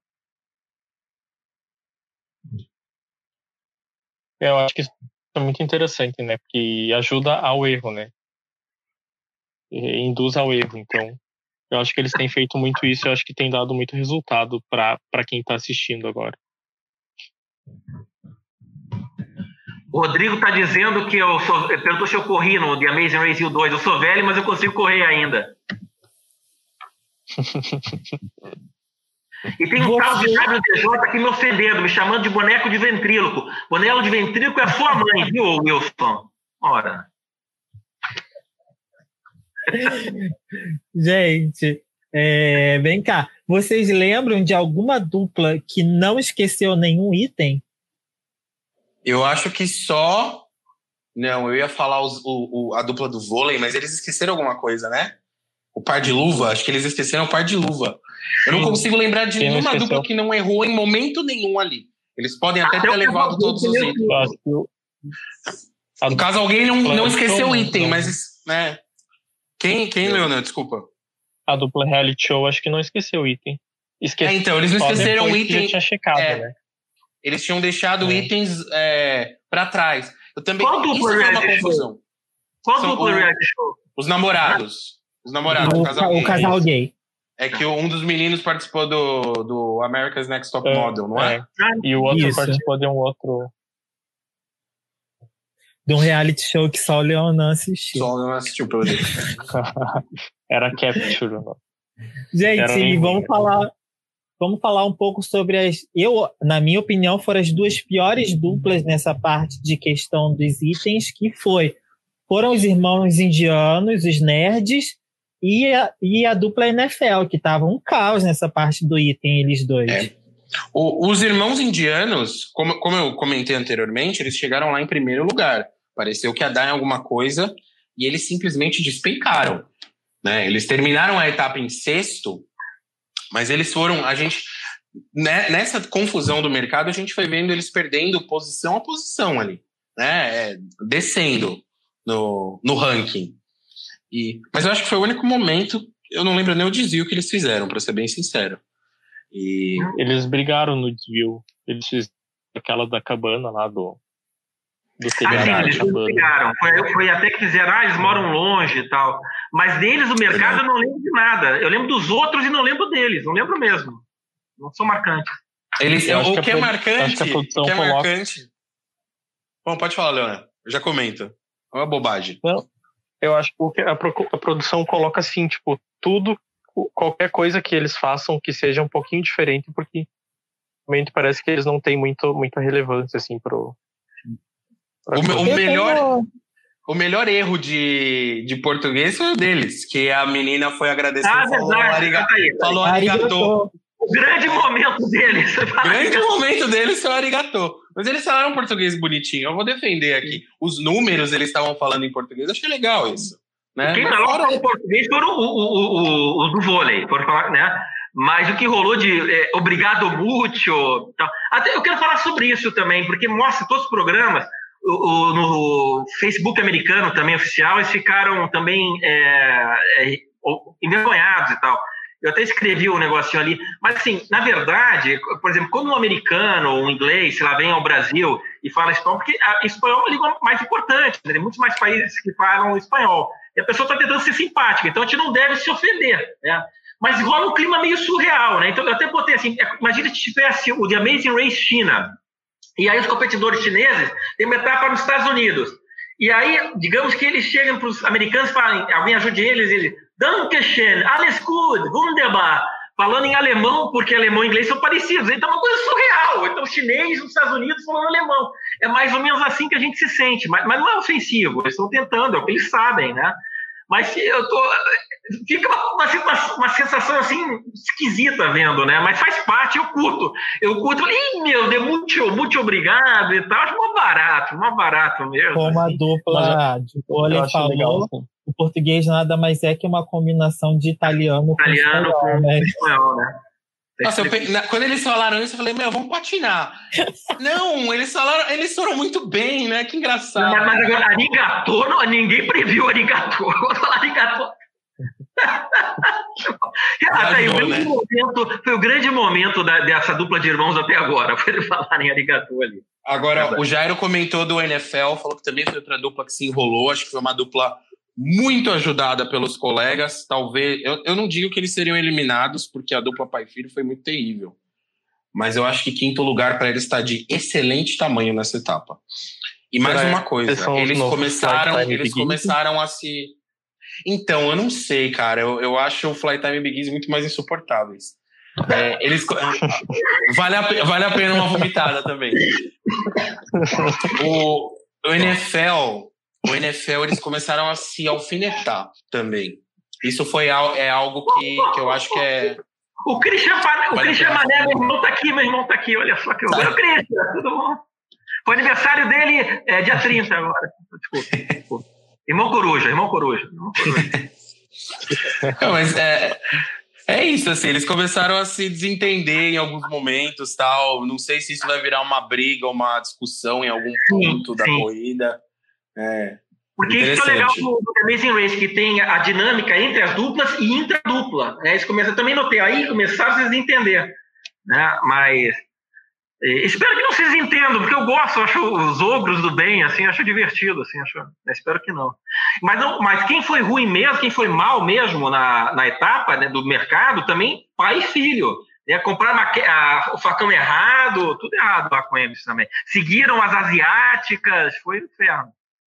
Eu acho que isso é muito interessante, né? Porque ajuda ao erro, né? Induz ao erro. Então, eu acho que eles têm feito muito isso. Eu acho que tem dado muito resultado para quem está assistindo agora. O Rodrigo está dizendo que perguntou se eu corri no The Amazing Race 2. Eu sou velho, mas eu consigo correr ainda. E tem um tal de WDJ aqui me ofendendo, me chamando de boneco de ventríloco. Boneco de ventríloco é a sua mãe, viu, Wilson? Ora. Gente, vem cá. Vocês lembram de alguma dupla que não esqueceu nenhum item? Eu acho que só... Não, eu ia falar a dupla do vôlei, mas eles esqueceram alguma coisa, né? O par de luva, acho que eles esqueceram o par de luva. Eu não consigo lembrar de nenhuma dupla que não errou em momento nenhum ali. Eles podem até ter levado todos os itens. No caso, alguém não esqueceu o item, mas... né? Quem Leonel? Desculpa. A dupla reality show acho que não esqueceu o item. Então, eles não esqueceram o item. Já tinha checado, né? Eles tinham deixado itens pra trás. Eu também... Qual dupla reality show? Qual dupla reality show? Os namorados. O casal gay. É que um dos meninos participou do America's Next Top Model, não é? E o outro participou de um outro... De um reality show que só o Leon não assistiu. Só o Leon assistiu, pelo jeito. Era Capture. Não. Gente, vamos falar um pouco sobre na minha opinião, foram as duas piores duplas nessa parte de questão dos itens, que foram os irmãos indianos, os nerds, e a dupla NFL, que tava um caos nessa parte do item, eles dois. Os irmãos indianos, como eu comentei anteriormente, eles chegaram lá em primeiro lugar. Pareceu que ia dar em alguma coisa e eles simplesmente despencaram. Né? Eles terminaram a etapa em sexto, mas eles foram... nessa confusão do mercado, a gente foi vendo eles perdendo posição a posição ali. Né? Descendo no ranking. Mas eu acho que foi o único momento, eu não lembro nem o desvio que eles fizeram, para ser bem sincero. Eles brigaram no desvio. Eles fizeram aquela da cabana lá do eles brigaram. Foi até que fizeram, eles moram longe e tal. Mas deles, o mercado, eu não lembro de nada. Eu lembro dos outros e não lembro deles. Não lembro mesmo. Não sou marcante. O que é marcante... Bom, pode falar, Leona. Eu já comento. É uma bobagem. Não. Eu acho que a produção coloca assim, tipo, tudo, qualquer coisa que eles façam que seja um pouquinho diferente, porque realmente parece que eles não têm muita relevância, assim, O melhor erro de português foi o deles, que a menina foi agradecer e falou arigatô. O grande momento deles. O grande momento deles foi o arigatô. Mas eles falaram português bonitinho. Eu vou defender aqui. Os números eles estavam falando em português. Eu achei legal isso. Né? Quem falou em português foram o do vôlei. Foram falar, né? Mas o que rolou de obrigado muito. Até eu quero falar sobre isso também, porque mostra todos os programas. No Facebook americano também oficial, eles ficaram também envergonhados e tal. Eu até escrevi um negocinho ali, mas assim, na verdade, por exemplo, quando um americano ou um inglês, sei lá, vem ao Brasil e fala espanhol, porque espanhol é uma língua mais importante, né? Tem muitos mais países que falam espanhol, e a pessoa está tentando ser simpática, então a gente não deve se ofender, né? Mas rola um clima meio surreal, né? Então eu até botei assim, imagina se tivesse o The Amazing Race China, e aí os competidores chineses têm uma etapa nos Estados Unidos, e aí, digamos que eles chegam para os americanos e falam, alguém ajude eles, Dankeschön, alles gut, wunderbar. falando em alemão, porque alemão e inglês são parecidos. Então é uma coisa surreal. Então, chinês nos Estados Unidos falando alemão. É mais ou menos assim que a gente se sente. Mas não é ofensivo. Eles estão tentando, é o que eles sabem, né? Mas fica uma sensação assim esquisita vendo, né? Mas faz parte, eu curto. Ih, meu Deus, muito obrigado e tal. Acho mó barato mesmo. Como a dupla de vôlei falou, legal, assim. O português nada mais é que uma combinação de italiano com espanhol, né? Nossa, quando eles falaram isso, eu falei, vamos patinar. Não, eles foram muito bem, né? Que engraçado. Mas agora, arigatô, ninguém previu arigatô. Vou falar arigatô. Foi o grande momento dessa dupla de irmãos até agora, foi eles falarem arigatô ali. Agora, o Jairo comentou do NFL, falou que também foi outra dupla que se enrolou, acho que foi uma dupla muito ajudada pelos colegas, talvez, eu não digo que eles seriam eliminados, porque a dupla pai e filho foi muito terrível, mas eu acho que 5º lugar para eles está de excelente tamanho nessa etapa. E mais uma coisa, eles começaram a se... Então, eu não sei, cara, eu acho o Flytime Big Easy muito mais insuportáveis. Vale a pena uma vomitada também. O NFL, eles começaram a se alfinetar também. Isso é algo que eu acho que é... O Christian Mané, meu irmão tá aqui, olha só que o Christian, tudo bom? Foi aniversário dele dia 30 agora. Desculpa. Irmão Coruja. Não, mas é isso, assim, eles começaram a se desentender em alguns momentos, tal. Não sei se isso vai virar uma briga, uma discussão em algum ponto da corrida. Porque isso é legal do Amazing Race, que tem a dinâmica entre as duplas e intradupla. Né? Isso também notei, aí começaram a se desentender. Né? Mas espero que não se desentendam, porque eu gosto, acho os ogros do bem, assim, acho divertido, assim, espero que não. Mas quem foi ruim mesmo, quem foi mal mesmo na etapa, né, do mercado, também pai e filho. Né? Compraram o facão errado, tudo errado lá com eles também. Seguiram as asiáticas, foi um inferno.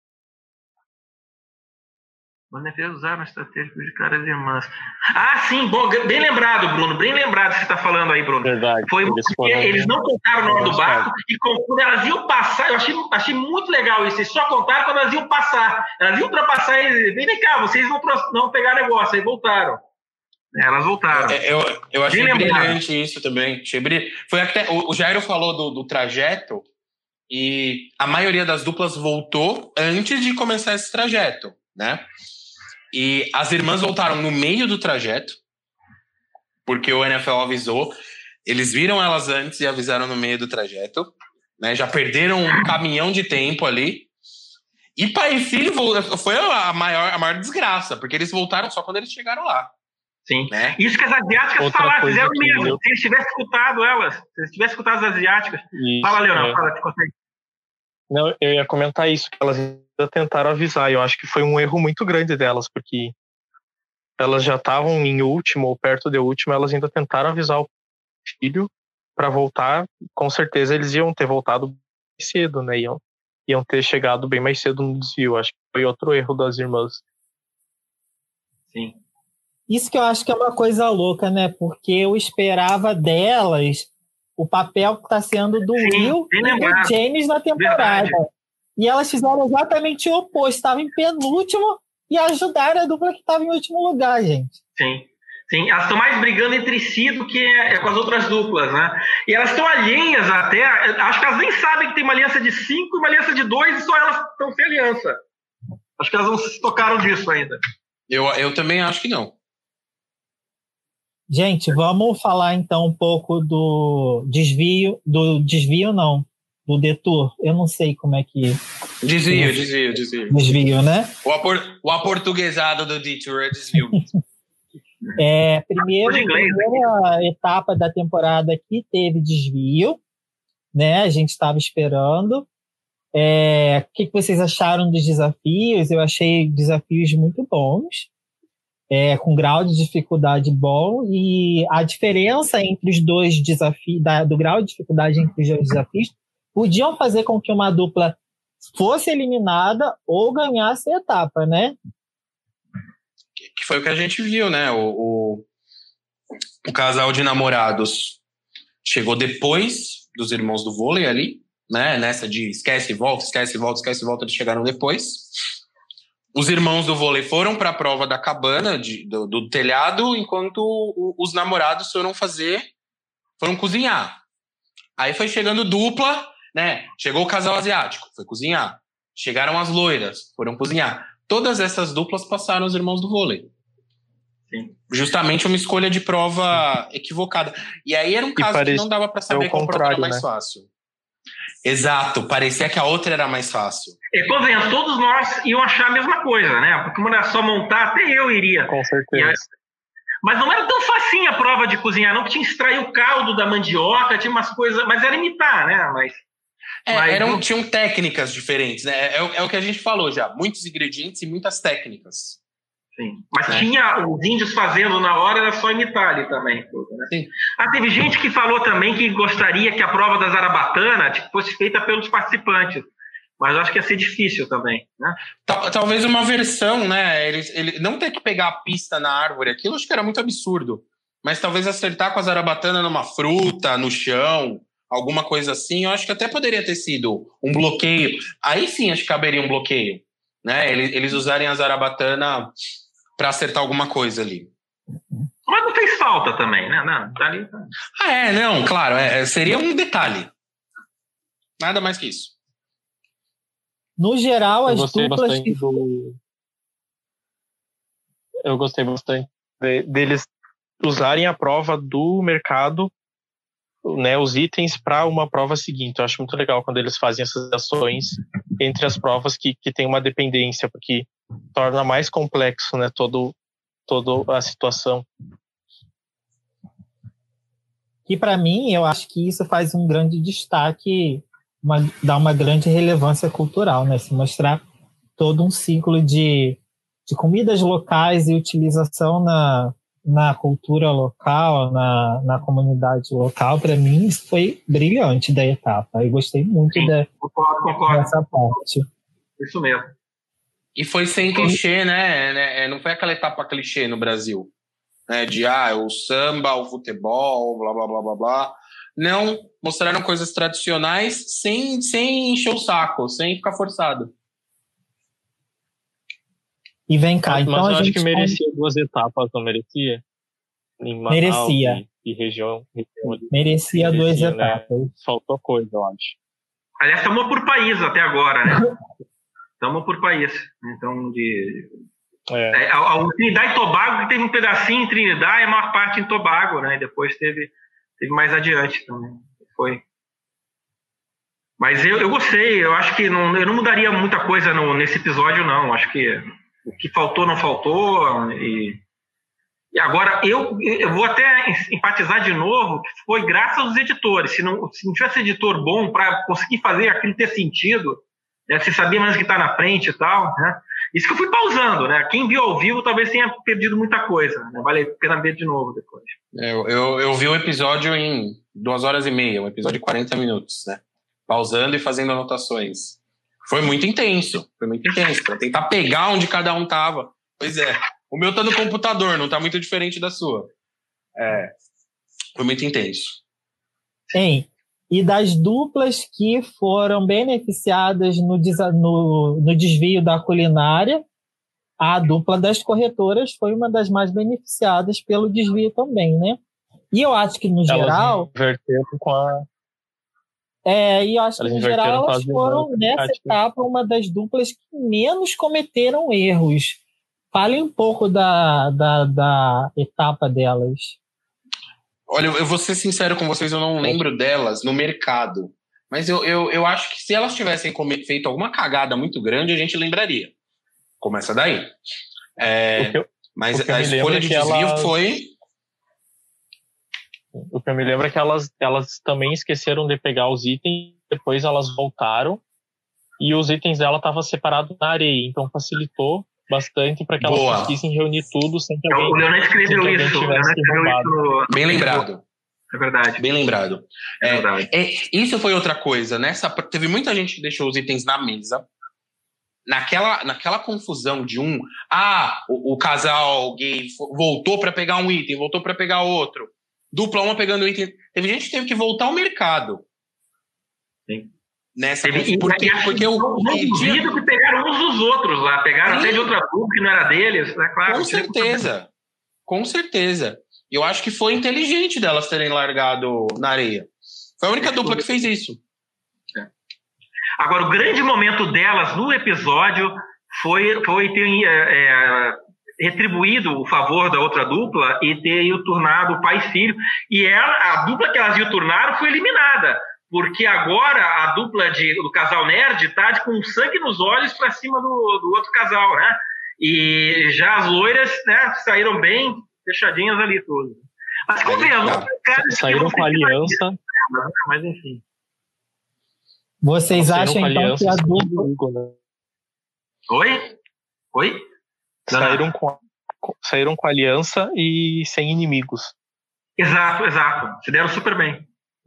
Mas devia usar uma estratégia de caras irmãs. Sim, bom, bem lembrado, Bruno. Bem lembrado que você está falando aí, Bruno. Verdade. Foi porque eles não contaram o nome do barco e quando elas iam passar, eu achei muito legal isso. Eles só contaram quando elas iam passar. Elas iam ultrapassar e vem cá, vocês não pegaram negócio, aí voltaram. Elas voltaram. Eu achei brilhante isso também. Foi até, o Jairo falou do trajeto e a maioria das duplas voltou antes de começar esse trajeto, né? E as irmãs voltaram no meio do trajeto, porque o NFL avisou. Eles viram elas antes e avisaram no meio do trajeto, né? Já perderam um caminhão de tempo ali. E pai e filho foi a maior desgraça, porque eles voltaram só quando eles chegaram lá. Sim. Né? Isso que as asiáticas falaram, fizeram mesmo. Se eles tivessem escutado elas, se eles tivessem escutado as asiáticas. Isso, fala, Leonardo, fala, te consegue. Não, eu ia comentar isso, que elas tentaram avisar. Eu acho que foi um erro muito grande delas, porque elas já estavam em último ou perto de último, elas ainda tentaram avisar o filho para voltar. Com certeza eles iam ter voltado mais cedo, né? Iam ter chegado bem mais cedo no desvio. Acho que foi outro erro das irmãs. Sim. Isso que eu acho que é uma coisa louca, né? Porque eu esperava delas o papel que está sendo do Will e do James na temporada. Verdade. E elas fizeram exatamente o oposto. Estavam em penúltimo e ajudaram a dupla que estava em último lugar, gente. Sim. Elas estão mais brigando entre si do que com as outras duplas, né? E elas estão alheias até... Acho que elas nem sabem que tem uma aliança de 5 e uma aliança de 2 e só elas estão sem aliança. Acho que elas não se tocaram disso ainda. Eu também acho que não. Gente, vamos falar então um pouco do desvio não, do detour. Eu não sei como é que... Desvio. Desvio, né? O aportuguesado do detour é desvio. Primeira etapa da temporada aqui teve desvio, né? A gente estava esperando. O que vocês acharam dos desafios? Eu achei desafios muito bons. Com grau de dificuldade bom, e a diferença entre os dois desafios, do grau de dificuldade entre os dois desafios, podiam fazer com que uma dupla fosse eliminada ou ganhasse a etapa, né? Que foi o que a gente viu, né? O o casal de namorados chegou depois dos irmãos do vôlei ali, né? Nessa de esquece e volta, eles chegaram depois. Os irmãos do vôlei foram para a prova da cabana, do telhado, enquanto os namorados foram cozinhar. Aí foi chegando dupla, né? Chegou o casal asiático, foi cozinhar. Chegaram as loiras, foram cozinhar. Todas essas duplas passaram os irmãos do vôlei. Sim. Justamente uma escolha de prova equivocada. E aí era um caso que não dava para saber qual prova era mais fácil. Exato, parecia que a outra era mais fácil. Convenhamos, todos nós iam achar a mesma coisa, né? Porque como era só montar, até eu iria. Com certeza. Mas não era tão facinho a prova de cozinhar, não, porque tinha que extrair o caldo da mandioca, tinha umas coisas, mas era imitar, né? Tinham técnicas diferentes, né? É o que a gente falou já, muitos ingredientes e muitas técnicas. Sim, mas tinha os índios fazendo na hora, era só imitar ali também. Né? Sim. Teve gente que falou também que gostaria que a prova da Zarabatana fosse feita pelos participantes. Mas eu acho que ia ser difícil também, né? Talvez uma versão, né? Ele não ter que pegar a pista na árvore, aquilo acho que era muito absurdo. Mas talvez acertar com a zarabatana numa fruta, no chão, alguma coisa assim, eu acho que até poderia ter sido um bloqueio. Aí sim, acho que caberia um bloqueio, né? Eles usarem a zarabatana para acertar alguma coisa ali. Mas não fez falta também, né? Não, tá ali, tá. Não, claro, seria um detalhe. Nada mais que isso. No geral, as duplas Eu gostei bastante deles usarem a prova do mercado, né, os itens para uma prova seguinte. Eu acho muito legal quando eles fazem essas ações entre as provas que tem uma dependência, porque torna mais complexo, né, toda a situação. E para mim, eu acho que isso faz um grande destaque, dá uma grande relevância cultural, né? Se mostrar todo um ciclo de comidas locais e utilização na cultura local, na comunidade local. Para mim, isso foi brilhante da etapa. Eu gostei muito concordo. dessa parte. Isso mesmo. E foi sem clichê, né? Não foi aquela etapa clichê no Brasil, né? De o samba, o futebol, blá, blá, blá, blá, blá. Não, mostraram coisas tradicionais sem encher o saco, sem ficar forçado. E vem cá, então mas eu a acho gente que merecia 2 etapas, não merecia? Em Manaus merecia. E região. Merecia 2 né? etapas. Faltou coisa, eu acho. Aliás, estamos por país até agora, né? Estamos por país. Então, a Trinidad e Tobago, que teve um pedacinho em Trinidad e a maior parte em Tobago, né? E depois teve mais adiante também. Foi. Mas eu gostei, eu acho que eu não mudaria muita coisa nesse episódio, não. Acho que o que faltou, não faltou. E agora, eu vou até enfatizar de novo que foi graças aos editores. Se não tivesse editor bom para conseguir fazer aquilo ter sentido, né, você sabia mais o que está na frente e tal, né? Isso que eu fui pausando, né? Quem viu ao vivo talvez tenha perdido muita coisa, né? Vale a pena ver de novo depois. Eu vi o episódio em 2h30, um episódio de 40 minutos, né? Pausando e fazendo anotações. Foi muito intenso, para tentar pegar onde cada um tava. Pois é, o meu tá no computador, não tá muito diferente da sua. Foi muito intenso. E das duplas que foram beneficiadas no desvio da culinária, a dupla das corretoras foi uma das mais beneficiadas pelo desvio também, né? E eu acho que, no geral... E eu acho que, no geral, elas foram, nessa etapa, uma das duplas que menos cometeram erros. Fale um pouco da etapa delas. Olha, eu vou ser sincero com vocês, eu não lembro delas no mercado. Mas eu acho que se elas tivessem feito alguma cagada muito grande, a gente lembraria. Começa daí. Mas a escolha de desvio foi... O que eu me lembro é que elas também esqueceram de pegar os itens, depois elas voltaram e os itens dela estavam separados na areia, então facilitou bastante para que elas conseguissem reunir tudo sem que alguém... O Leonardo escreveu isso. Bem lembrado. É verdade. Bem lembrado. Verdade. Isso foi outra coisa, né? Teve muita gente que deixou os itens na mesa. naquela confusão de o casal gay voltou para pegar um item, voltou para pegar outro, dupla uma pegando item, teve gente que teve que voltar ao mercado. Sim. Porque eu duvido que pegaram uns dos outros lá, pegaram até de outra dupla que não era deles, né? Claro. Com certeza. Eu acho que foi inteligente delas terem largado na areia. Foi a única dupla que fez isso. Agora, o grande momento delas no episódio foi ter retribuído o favor da outra dupla e ter turnado pai e filho. E a dupla que elas turnaram foi eliminada, porque agora a dupla do casal nerd está com sangue nos olhos para cima do outro casal, né? E já as loiras, né, saíram bem fechadinhas ali tudo. Mas convenhamos, saíram com a aliança. Mas enfim. Vocês acham então que a dupla... Oi? Saíram com a aliança e sem inimigos. Exato. Se deram super bem.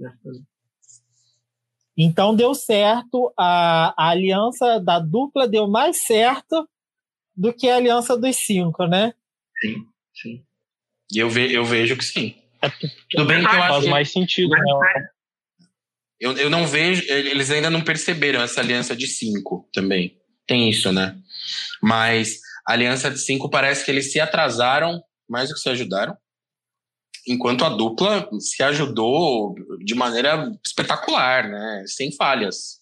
Então deu certo, a aliança da dupla deu mais certo do que a aliança dos 5, né? Sim. E eu vejo que sim. Tudo bem que eu acho faz mais sentido, né? Eu não vejo, eles ainda não perceberam essa aliança de 5 também. Tem isso, né? Mas a aliança de 5 parece que eles se atrasaram mais do que se ajudaram, enquanto a dupla se ajudou de maneira espetacular, né? Sem falhas.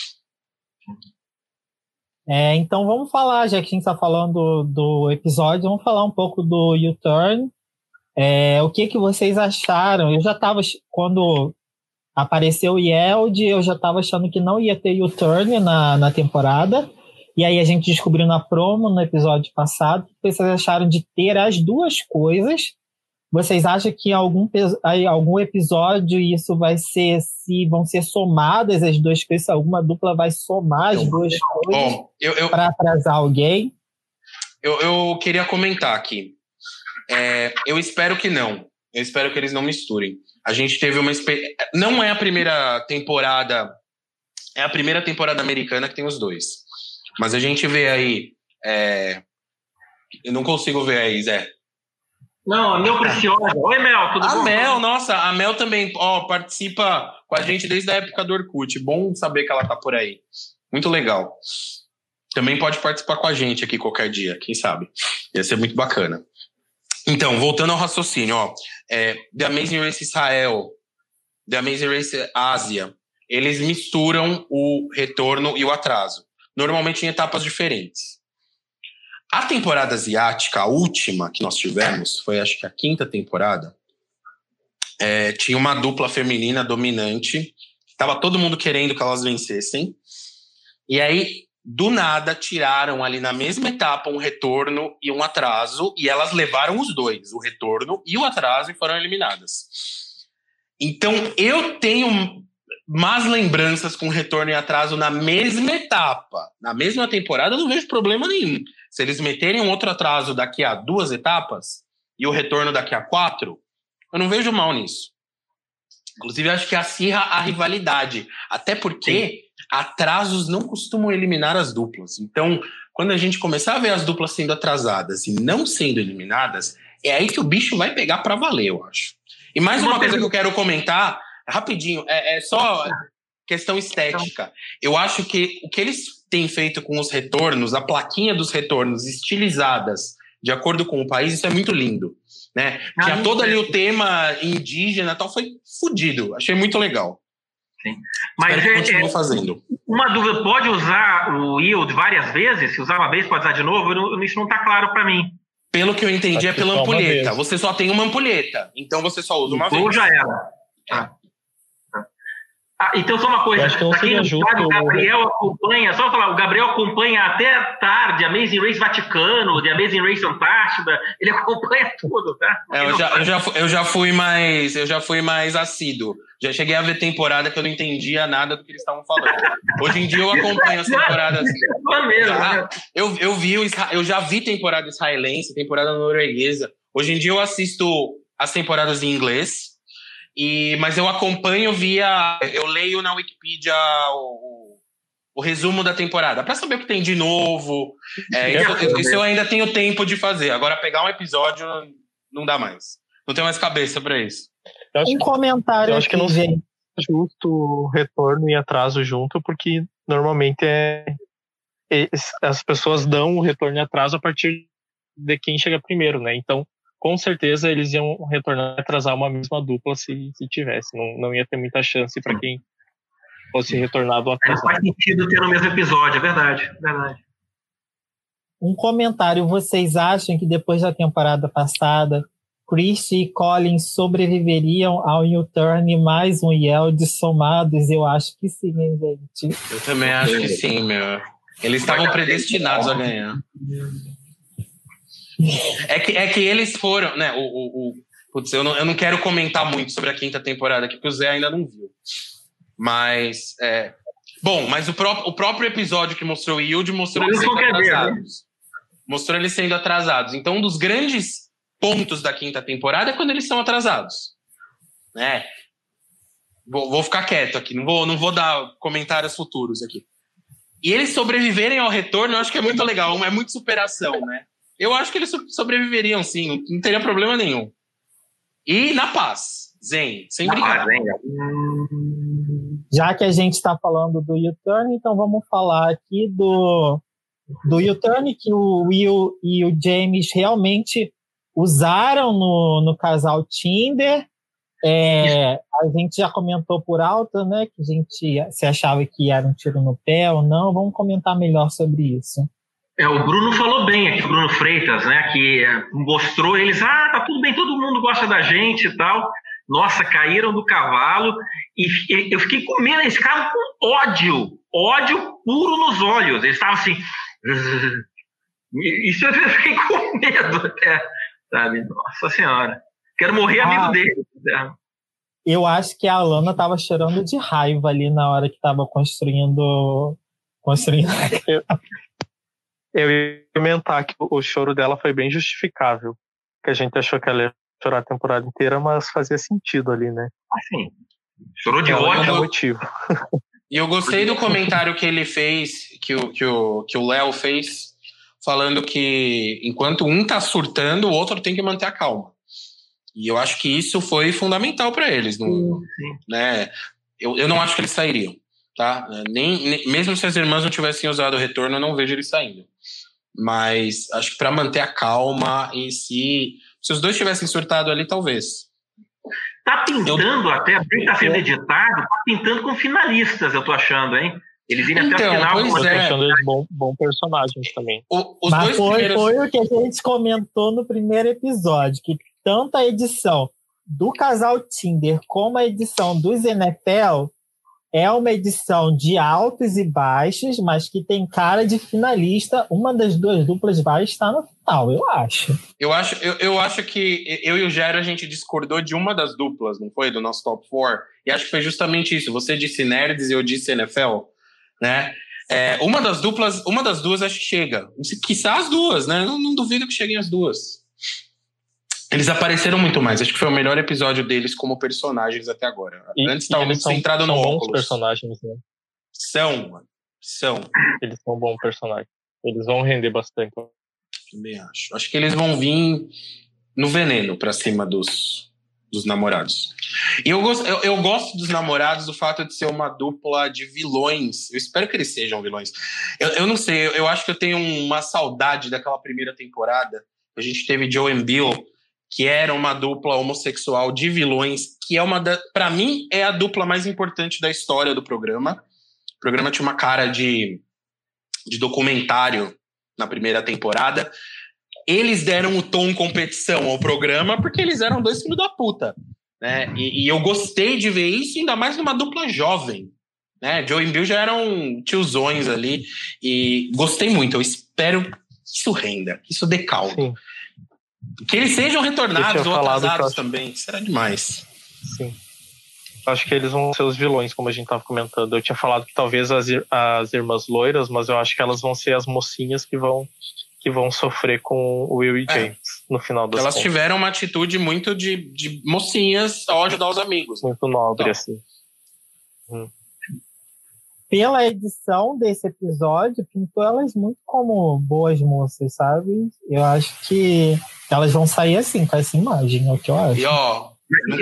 Então vamos falar, já que a gente está falando do episódio, vamos falar um pouco do U-Turn. O que vocês acharam? Eu já estava, quando apareceu o Yeld, eu já estava achando que não ia ter U-Turn na temporada. E aí a gente descobriu na promo, no episódio passado, que vocês acharam de ter as duas coisas. Vocês acham que em algum episódio isso vai ser, se vão ser somadas as duas coisas, se alguma dupla vai somar as duas coisas para atrasar alguém? Eu queria comentar aqui. Eu espero que não. Eu espero que eles não misturem. A gente teve não é a primeira temporada, é a primeira temporada americana que tem os dois. Mas a gente vê aí... Eu não consigo ver aí, Zé. Não, a Mel Preciosa. Oi, Mel, tudo bom? Nossa, a Mel também participa com a gente desde a época do Orkut. Bom saber que ela tá por aí. Muito legal. Também pode participar com a gente aqui qualquer dia, quem sabe. Ia ser muito bacana. Então, voltando ao raciocínio, The Amazing Race Israel, The Amazing Race Ásia, eles misturam o retorno e o atraso, normalmente em etapas diferentes. A temporada asiática, a última que nós tivemos, foi acho que a 5ª temporada, tinha uma dupla feminina dominante, estava todo mundo querendo que elas vencessem, e aí, do nada, tiraram ali na mesma etapa um retorno e um atraso, e elas levaram os dois, o retorno e o atraso, e foram eliminadas. Então, eu tenho más lembranças com retorno e atraso na mesma etapa. Na mesma temporada, eu não vejo problema nenhum. Se eles meterem um outro atraso daqui a 2 etapas e o retorno daqui a 4, eu não vejo mal nisso. Inclusive, eu acho que acirra a rivalidade. Até porque atrasos não costumam eliminar as duplas. Então, quando a gente começar a ver as duplas sendo atrasadas e não sendo eliminadas, é aí que o bicho vai pegar pra valer, eu acho. E mais uma coisa que eu quero comentar, rapidinho, é só questão estética. Eu acho que o que eles têm feito com os retornos, a plaquinha dos retornos estilizadas de acordo com o país, isso é muito lindo, né? Tinha todo ali o tema indígena e tal, foi fodido. Achei muito legal. Sim. Mas continue fazendo. Uma dúvida, pode usar o yield várias vezes? Se usar uma vez, pode usar de novo? Isso não está claro para mim. Pelo que eu entendi, é pela ampulheta. Você só tem uma ampulheta, então você só usa uma vez. Ou já era. Então, só uma coisa, para quem não sabe, o Gabriel acompanha, só falar, o Gabriel acompanha até tarde Amazing Race Vaticano, The Amazing Race Antártida, ele acompanha tudo, tá? Eu já fui mais assíduo. Já cheguei a ver temporada que eu não entendia nada do que eles estavam falando. Hoje em dia eu acompanho as temporadas. Eu já vi temporada israelense, temporada norueguesa. Hoje em dia eu assisto as temporadas em inglês. Mas eu acompanho eu leio na Wikipedia o resumo da temporada, pra saber o que tem de novo. Isso eu ainda tenho tempo de fazer. Agora, pegar um episódio, não dá mais. Não tenho mais cabeça pra isso. Comentário eu acho que não é justo retorno e atraso junto, porque normalmente as pessoas dão o retorno e atraso a partir de quem chega primeiro, né? Então, com certeza, eles iam retornar e atrasar uma mesma dupla se tivesse. Não ia ter muita chance para quem fosse retornado atrasado. Faz sentido ter no mesmo episódio, é verdade. Um comentário: vocês acham que depois da temporada passada, Christie e Colin sobreviveriam ao U-Turn mais um Yeld somados? Eu acho que sim, hein, gente? Eu também acho que sim, meu. Eles estavam predestinados a ganhar. É que eles foram, né? Putz, eu não quero comentar muito sobre a 5ª temporada aqui, porque o Zé ainda não viu. Mas mas o próprio episódio que mostrou o Yield mostrou eles sendo atrasados. Mostrou eles sendo atrasados. Então, um dos grandes pontos da 5ª temporada é quando eles são atrasados, né? Vou ficar quieto aqui, não vou dar comentários futuros aqui. E eles sobreviverem ao retorno, eu acho que é muito legal, é muito superação, né? Eu acho que eles sobreviveriam, sim, não teria problema nenhum. E na paz, zen, sem brigar. Já que a gente está falando do U-Turn, então vamos falar aqui do U-Turn, que o Will e o James realmente usaram no casal Tinder. A gente já comentou por alto, né, que a gente se achava que era um tiro no pé ou não. Vamos comentar melhor sobre isso. O Bruno falou bem aqui, o Bruno Freitas, né, que mostrou eles, tá tudo bem, todo mundo gosta da gente e tal. Nossa, caíram do cavalo e eu fiquei com medo, eles ficaram com ódio puro nos olhos. Eles estavam assim, isso eu fiquei com medo até, sabe? Nossa Senhora, quero morrer amigo dele. Eu acho que a Alana estava chorando de raiva ali na hora que estava construindo. Eu ia comentar que o choro dela foi bem justificável, que a gente achou que ela ia chorar a temporada inteira, mas fazia sentido ali, né? Assim, chorou de ódio. Motivo. E eu gostei do comentário que ele fez, que o Léo fez, falando que enquanto um tá surtando, o outro tem que manter a calma. E eu acho que isso foi fundamental para eles, né? Eu não acho que eles sairiam, tá? Nem mesmo se as irmãs não tivessem usado o retorno, eu não vejo eles saindo. Mas acho que para manter a calma, e se os dois tivessem surtado ali, talvez. Tá pintando até, tá sendo editado, tá pintando com finalistas, eu tô achando, hein? Eles irem até a final. Pois é. Achando eles bons personagens também. Mas foi o que a gente comentou no primeiro episódio, que tanto a edição do casal Tinder como a edição dos NFL é uma edição de altos e baixos, mas que tem cara de finalista. Uma das duas duplas vai estar no final, eu acho. Eu acho que eu e o Jairo, a gente discordou de uma das duplas, não foi? Do nosso top 4. E acho que foi justamente isso. Você disse Nerds e eu disse NFL, né? Uma das duas acho que chega. Quiçá as duas, né? Não duvido que cheguem as duas. Eles apareceram muito mais. Acho que foi o melhor episódio deles como personagens até agora. Antes estava muito centrado no óculos. São bons personagens, né? São. Eles são bons personagens. Eles vão render bastante. Também acho. Acho que eles vão vir no veneno pra cima dos namorados. E eu gosto dos namorados, do fato de ser uma dupla de vilões. Eu espero que eles sejam vilões. Eu não sei, eu acho que eu tenho uma saudade daquela primeira temporada. A gente teve Joe and Bill, que era uma dupla homossexual de vilões, que pra mim é a dupla mais importante da história do programa. O programa tinha uma cara de documentário na primeira temporada. Eles deram o tom competição ao programa porque eles eram dois filhos da puta, né? E eu gostei de ver isso, ainda mais numa dupla jovem, né? Joe e Bill já eram tiozões ali, e gostei muito. Eu espero que isso renda, que isso dê caldo. Sim. Que eles sejam retornados ou atrasados também. Será demais. Sim. Acho que eles vão ser os vilões, como a gente estava comentando. Eu tinha falado que talvez as irmãs loiras, mas eu acho que elas vão ser as mocinhas que vão sofrer com o Will e James no final das contas. Elas tiveram uma atitude muito de mocinhas ao ajudar os amigos. Muito nobre, assim. pela edição desse episódio, pintou elas muito como boas moças, sabe? Eu acho que elas vão sair assim, com essa imagem, é o que eu acho. E ó,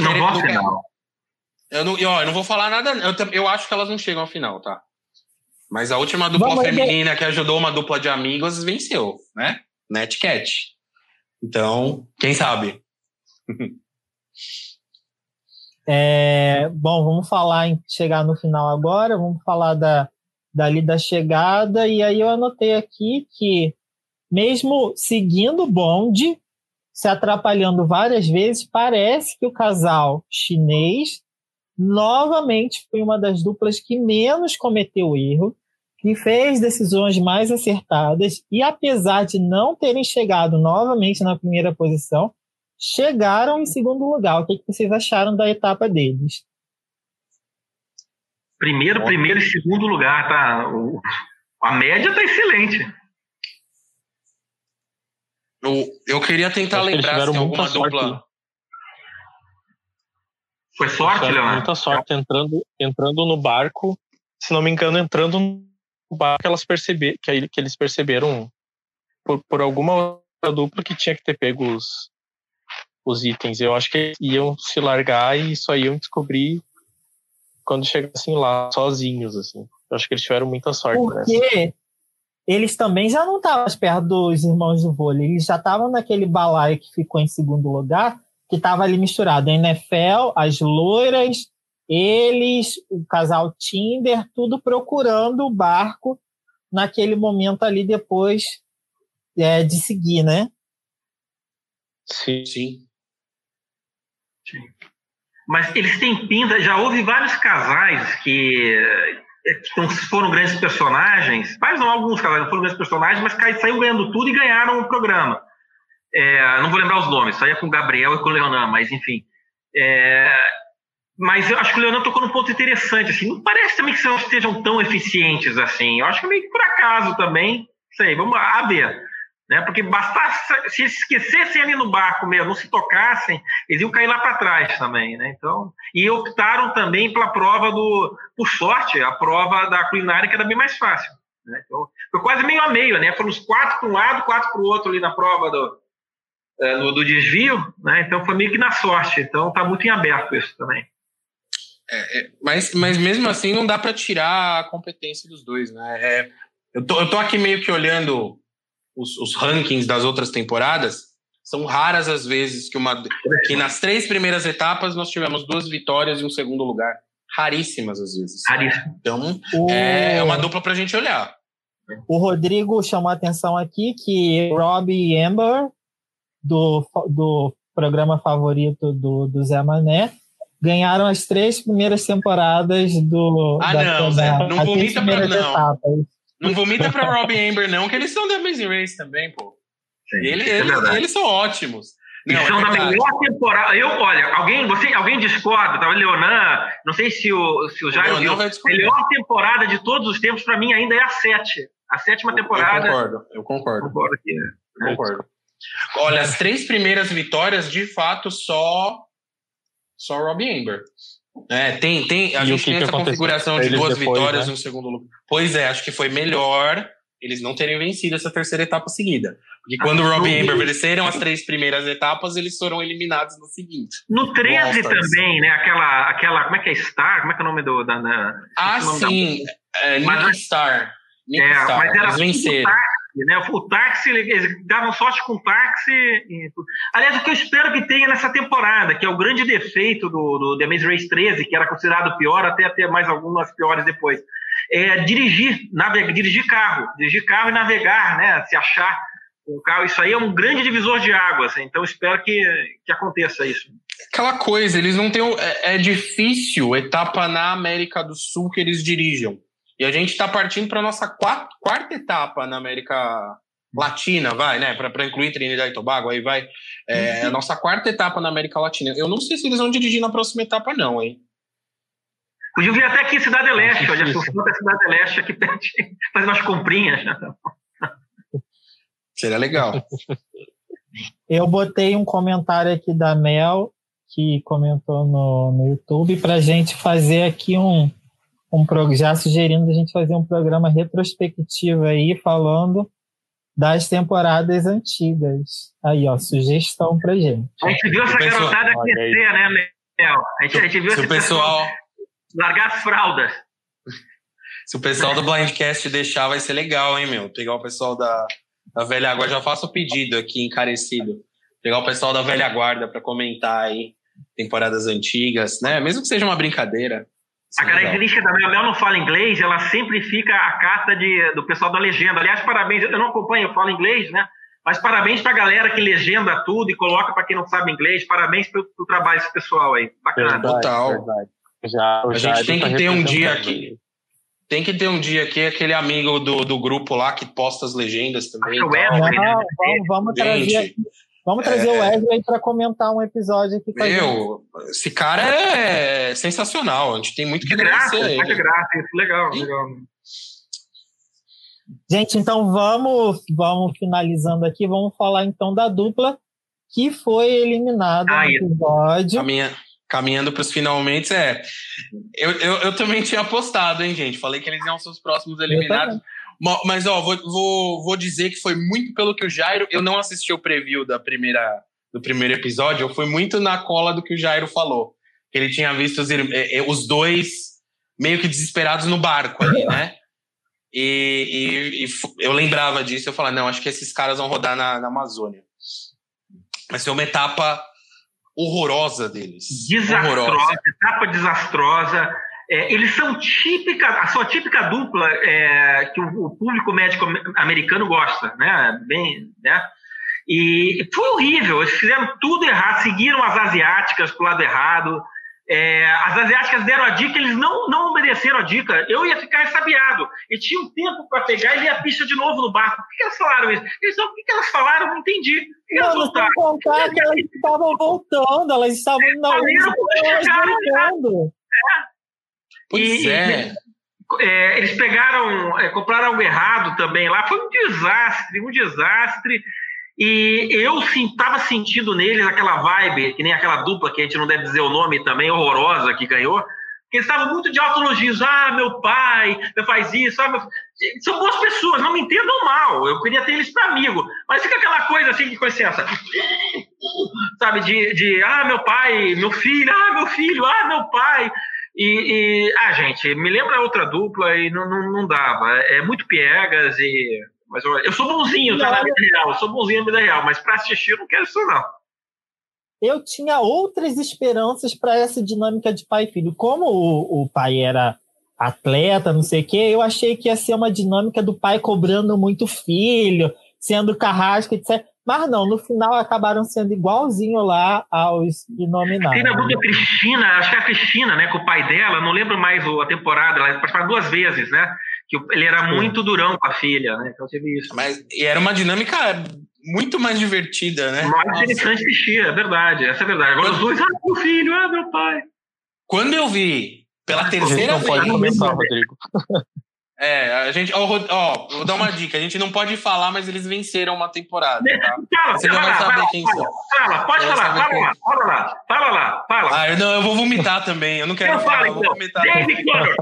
eu não vou falar nada. Eu acho que elas não chegam à final, tá? Mas a última dupla feminina que ajudou uma dupla de amigos venceu, né? Nat Cat. Então, quem sabe? Bom, vamos chegar no final agora, vamos falar dali da chegada, e aí eu anotei aqui que, mesmo seguindo o bonde, se atrapalhando várias vezes, parece que o casal chinês novamente foi uma das duplas que menos cometeu erro, que fez decisões mais acertadas, e apesar de não terem chegado novamente na primeira posição, chegaram em segundo lugar. O que vocês acharam da etapa deles? Primeiro e segundo lugar, tá? A média tá excelente. Eu queria tentar lembrar se tem alguma dupla. Foi sorte, Leonardo? Muita sorte entrando no barco. Se não me engano, entrando no barco, que eles perceberam por alguma outra dupla que tinha que ter pego os itens. Eu acho que iam se largar e só iam descobrir quando chegassem lá, sozinhos, assim. Eu acho que eles tiveram muita sorte. Porque eles também já não estavam perto dos irmãos do vôlei. Eles já estavam naquele balaio que ficou em segundo lugar, que estava ali misturado. A NFL, as loiras, eles, o casal Tinder, tudo procurando o barco naquele momento ali depois de seguir, né? Sim. Mas eles têm pinta, já houve vários casais que foram grandes personagens, alguns casais não foram grandes personagens, mas saíram ganhando tudo e ganharam o programa. Não vou lembrar os nomes, saía com o Gabriel e com o Leonan, mas enfim. Mas eu acho que o Leonan tocou num ponto interessante, assim, não parece também que eles estejam tão eficientes assim, eu acho que é meio que por acaso também, sei, vamos a ver. Né? Porque bastasse, se eles esquecessem ali no barco mesmo, não se tocassem, eles iam cair lá para trás também, né? Então, e optaram também pela prova por sorte, a prova da culinária, que era bem mais fácil. Né? Então, foi quase meio a meio, né? Foram os 4 para um lado, 4 para o outro ali na prova do desvio, né? Então foi meio que na sorte. Então está muito em aberto isso também. Mas mesmo assim não dá para tirar a competência dos dois, né? Eu tô aqui meio que olhando os rankings das outras temporadas. São raras as vezes que nas 3 primeiras etapas nós tivemos 2 vitórias e um segundo lugar. Raríssimas às vezes. Raríssimo. Então é uma dupla pra gente olhar. O Rodrigo chamou a atenção aqui que Rob e Amber, do programa favorito do Zé Mané, ganharam as 3 primeiras temporadas não vomita pra não. Não vomita pra Rob e Amber, não, que eles são da Amazing Race também, pô. Sim, eles são ótimos. Eles são da melhor temporada. Alguém discorda, tá? O Leonan, não sei se o Jairo viu. A melhor temporada de todos os tempos, pra mim, ainda é a 7. A 7ª temporada. Eu concordo. Concordo. Olha, as 3 primeiras vitórias, de fato, só Rob e Amber. A gente tem essa configuração de 2 vitórias no segundo lugar. Pois é, acho que foi melhor eles não terem vencido essa terceira etapa seguida. Porque quando o Rob e Amber venceram as 3 primeiras etapas, eles foram eliminados no seguinte. No 13 também, né? Aquela como é que é Star? Como é que é o nome sim. Nick Star. Mas era eles venceram. Né? O táxi, eles davam sorte com o táxi. Aliás, o que eu espero que tenha nessa temporada, que é o grande defeito do The Amazing Race 13, que era considerado pior, até ter mais algumas piores depois, dirigir carro e navegar, né? Se achar um carro, isso aí é um grande divisor de águas, então espero que aconteça isso. Aquela coisa, eles não têm. É difícil etapa na América do Sul que eles dirijam. E a gente está partindo para a nossa quarta etapa na América Latina, vai, né? Para incluir Trinidad e Tobago, aí vai. A nossa 4ª etapa na América Latina. Eu não sei se eles vão dirigir na próxima etapa, não, hein? Podia vir até aqui em Cidade Leste, olha, a Cidade Leste aqui perto, fazer umas comprinhas. Seria legal. Eu botei um comentário aqui da Mel, que comentou no YouTube, para a gente fazer aqui já sugerindo a gente fazer um programa retrospectivo aí, falando das temporadas antigas. Aí, ó, sugestão pra gente. A gente viu essa garotada crescer, né, Léo? A gente viu esse pessoal largar as fraldas. Se o pessoal do Blindcast deixar, vai ser legal, hein, meu? Pegar o pessoal da velha guarda. Já faço o pedido aqui, encarecido. Pegar o pessoal da velha guarda pra comentar aí temporadas antigas, né? Mesmo que seja uma brincadeira. A característica da Mel não fala inglês, ela sempre fica a carta do pessoal da legenda. Aliás, parabéns, eu não acompanho, eu falo inglês, né? Mas parabéns pra galera que legenda tudo e coloca pra quem não sabe inglês. Parabéns pelo trabalho desse pessoal aí. Bacana. Verdade, total. Verdade. A gente tem que ter um dia aqui. Tem que ter um dia aqui aquele amigo do grupo lá que posta as legendas também. Acho que é o Wesley, né? Vamos trazer o Wesley para comentar um episódio aqui com a gente. Esse cara é sensacional. A gente tem muito que agradecer a ele. Isso, legal. Gente, então vamos finalizando aqui. Vamos falar então da dupla que foi eliminada no episódio. Caminhando para os finalmente, eu também tinha apostado, hein, gente? Falei que eles iam ser os próximos eliminados. Mas, ó, vou dizer que foi muito pelo que o Jairo... Eu não assisti o preview do primeiro episódio, eu fui muito na cola do que o Jairo falou. Que ele tinha visto os dois meio que desesperados no barco ali, né? E eu lembrava disso, eu falava, não, acho que esses caras vão rodar na Amazônia. Vai ser uma etapa horrorosa deles. Desastrosa, etapa desastrosa. Eles são a sua típica dupla que o público médico americano gosta, né? Bem, né? E foi horrível, eles fizeram tudo errado, seguiram as asiáticas pro lado errado. As asiáticas deram a dica, eles não obedeceram a dica. Eu ia ficar ressabiado. E tinha um tempo para pegar e ver a pista de novo no barco. Por que elas falaram isso? O que elas falaram? Eu não entendi. Não, não tem contar que elas estavam voltando, elas estavam voltando. Pois eles compraram algo errado também lá. Foi um desastre. E eu estava sentindo neles aquela vibe, que nem aquela dupla que a gente não deve dizer o nome também, horrorosa, que ganhou, que eles estavam muito de autoelogios. Meu pai faz isso. São boas pessoas, não me entendam mal. Eu queria ter eles para amigo. Mas fica aquela coisa assim, com licença. Sabe, meu pai, meu filho, meu filho, meu pai. Gente, me lembra outra dupla e não dava. É muito piegas Mas eu sou bonzinho, tá? Na vida real. Eu sou bonzinho na vida real, mas pra assistir eu não quero isso, não. Eu tinha outras esperanças para essa dinâmica de pai e filho. Como o pai era atleta, não sei o quê, eu achei que ia ser uma dinâmica do pai cobrando muito filho, sendo carrasco, etc. Mas não, no final acabaram sendo igualzinho lá aos inominados. Tem na dupla Cristina, acho que é a Cristina, né, com o pai dela, não lembro mais a temporada, ela participou 2 vezes, né? Que ele era muito durão com a filha, né? Então teve isso. E era uma dinâmica muito mais divertida, né? Mais interessante que Xia, é verdade, essa é verdade. Agora os dois, meu filho, meu pai. Quando eu vi pela terceira vez... Pode começar, Rodrigo. A gente... vou dar uma dica. A gente não pode falar, mas eles venceram uma temporada, tá? Você já vai saber quem são. Pode falar. Fala lá. Não, eu vou vomitar também. Eu não quero falar, eu vou vomitar. David Connor.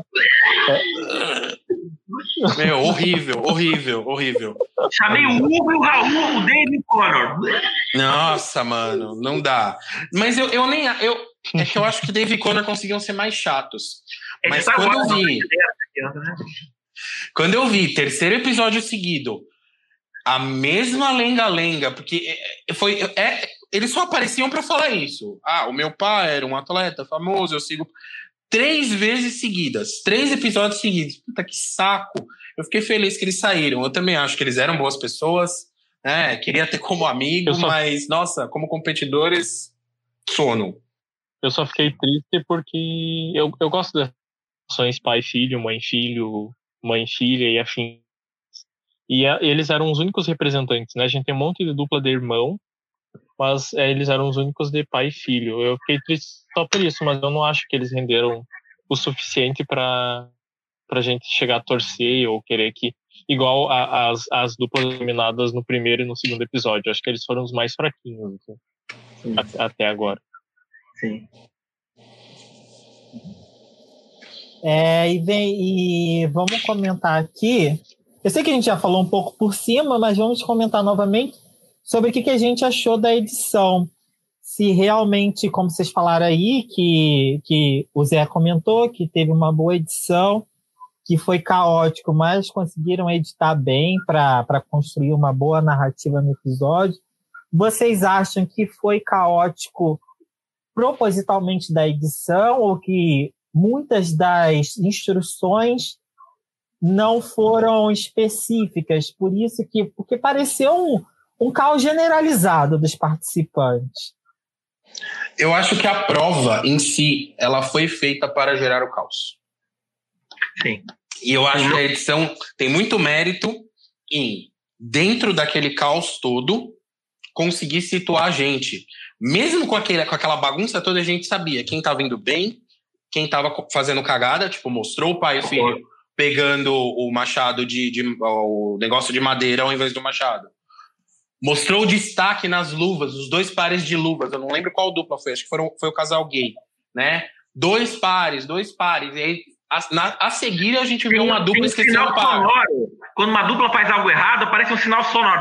Meu, horrível. Chamei o Hugo e o Raul, o David Connor. Nossa, mano, não dá. Mas é que eu acho que David Connor conseguiam ser mais chatos. Mas quando eu vi terceiro episódio seguido, a mesma lenga-lenga, porque eles só apareciam pra falar isso. O meu pai era um atleta famoso, eu sigo 3 vezes seguidas, 3 episódios seguidos. Puta, que saco. Eu fiquei feliz que eles saíram. Eu também acho que eles eram boas pessoas, né? Queria ter como amigo, mas, nossa, como competidores, sono. Eu só fiquei triste porque eu gosto das relações pai-filho, mãe-filho, mãe-filha e afim. E eles eram os únicos representantes, né? A gente tem um monte de dupla de irmão, mas eles eram os únicos de pai e filho. Eu fiquei triste só por isso, mas eu não acho que eles renderam o suficiente pra gente chegar a torcer ou querer que... Igual as duplas eliminadas no primeiro e no segundo episódio. Eu acho que eles foram os mais fraquinhos até agora. Sim. E vamos comentar aqui. Eu sei que a gente já falou um pouco por cima, mas vamos comentar novamente sobre o que a gente achou da edição. Se realmente, como vocês falaram aí, que o Zé comentou, que teve uma boa edição, que foi caótico, mas conseguiram editar bem para construir uma boa narrativa no episódio. Vocês acham que foi caótico propositalmente da edição ou que muitas das instruções não foram específicas, porque pareceu um caos generalizado dos participantes? Eu acho que a prova em si, ela foi feita para gerar o caos. Sim. E eu acho que a edição tem muito mérito em, dentro daquele caos todo, conseguir situar a gente. Mesmo com aquela bagunça toda, a gente sabia quem estava indo bem, quem estava fazendo cagada, tipo, mostrou o pai e o filho pegando o machado o negócio de madeira ao invés do machado. Mostrou o destaque nas luvas, os 2 pares de luvas. Eu não lembro qual dupla foi, acho que foi o casal gay, né? 2 pares. E aí, a seguir, a gente viu uma dupla esquecendo o par. Quando uma dupla faz algo errado, aparece um sinal sonoro.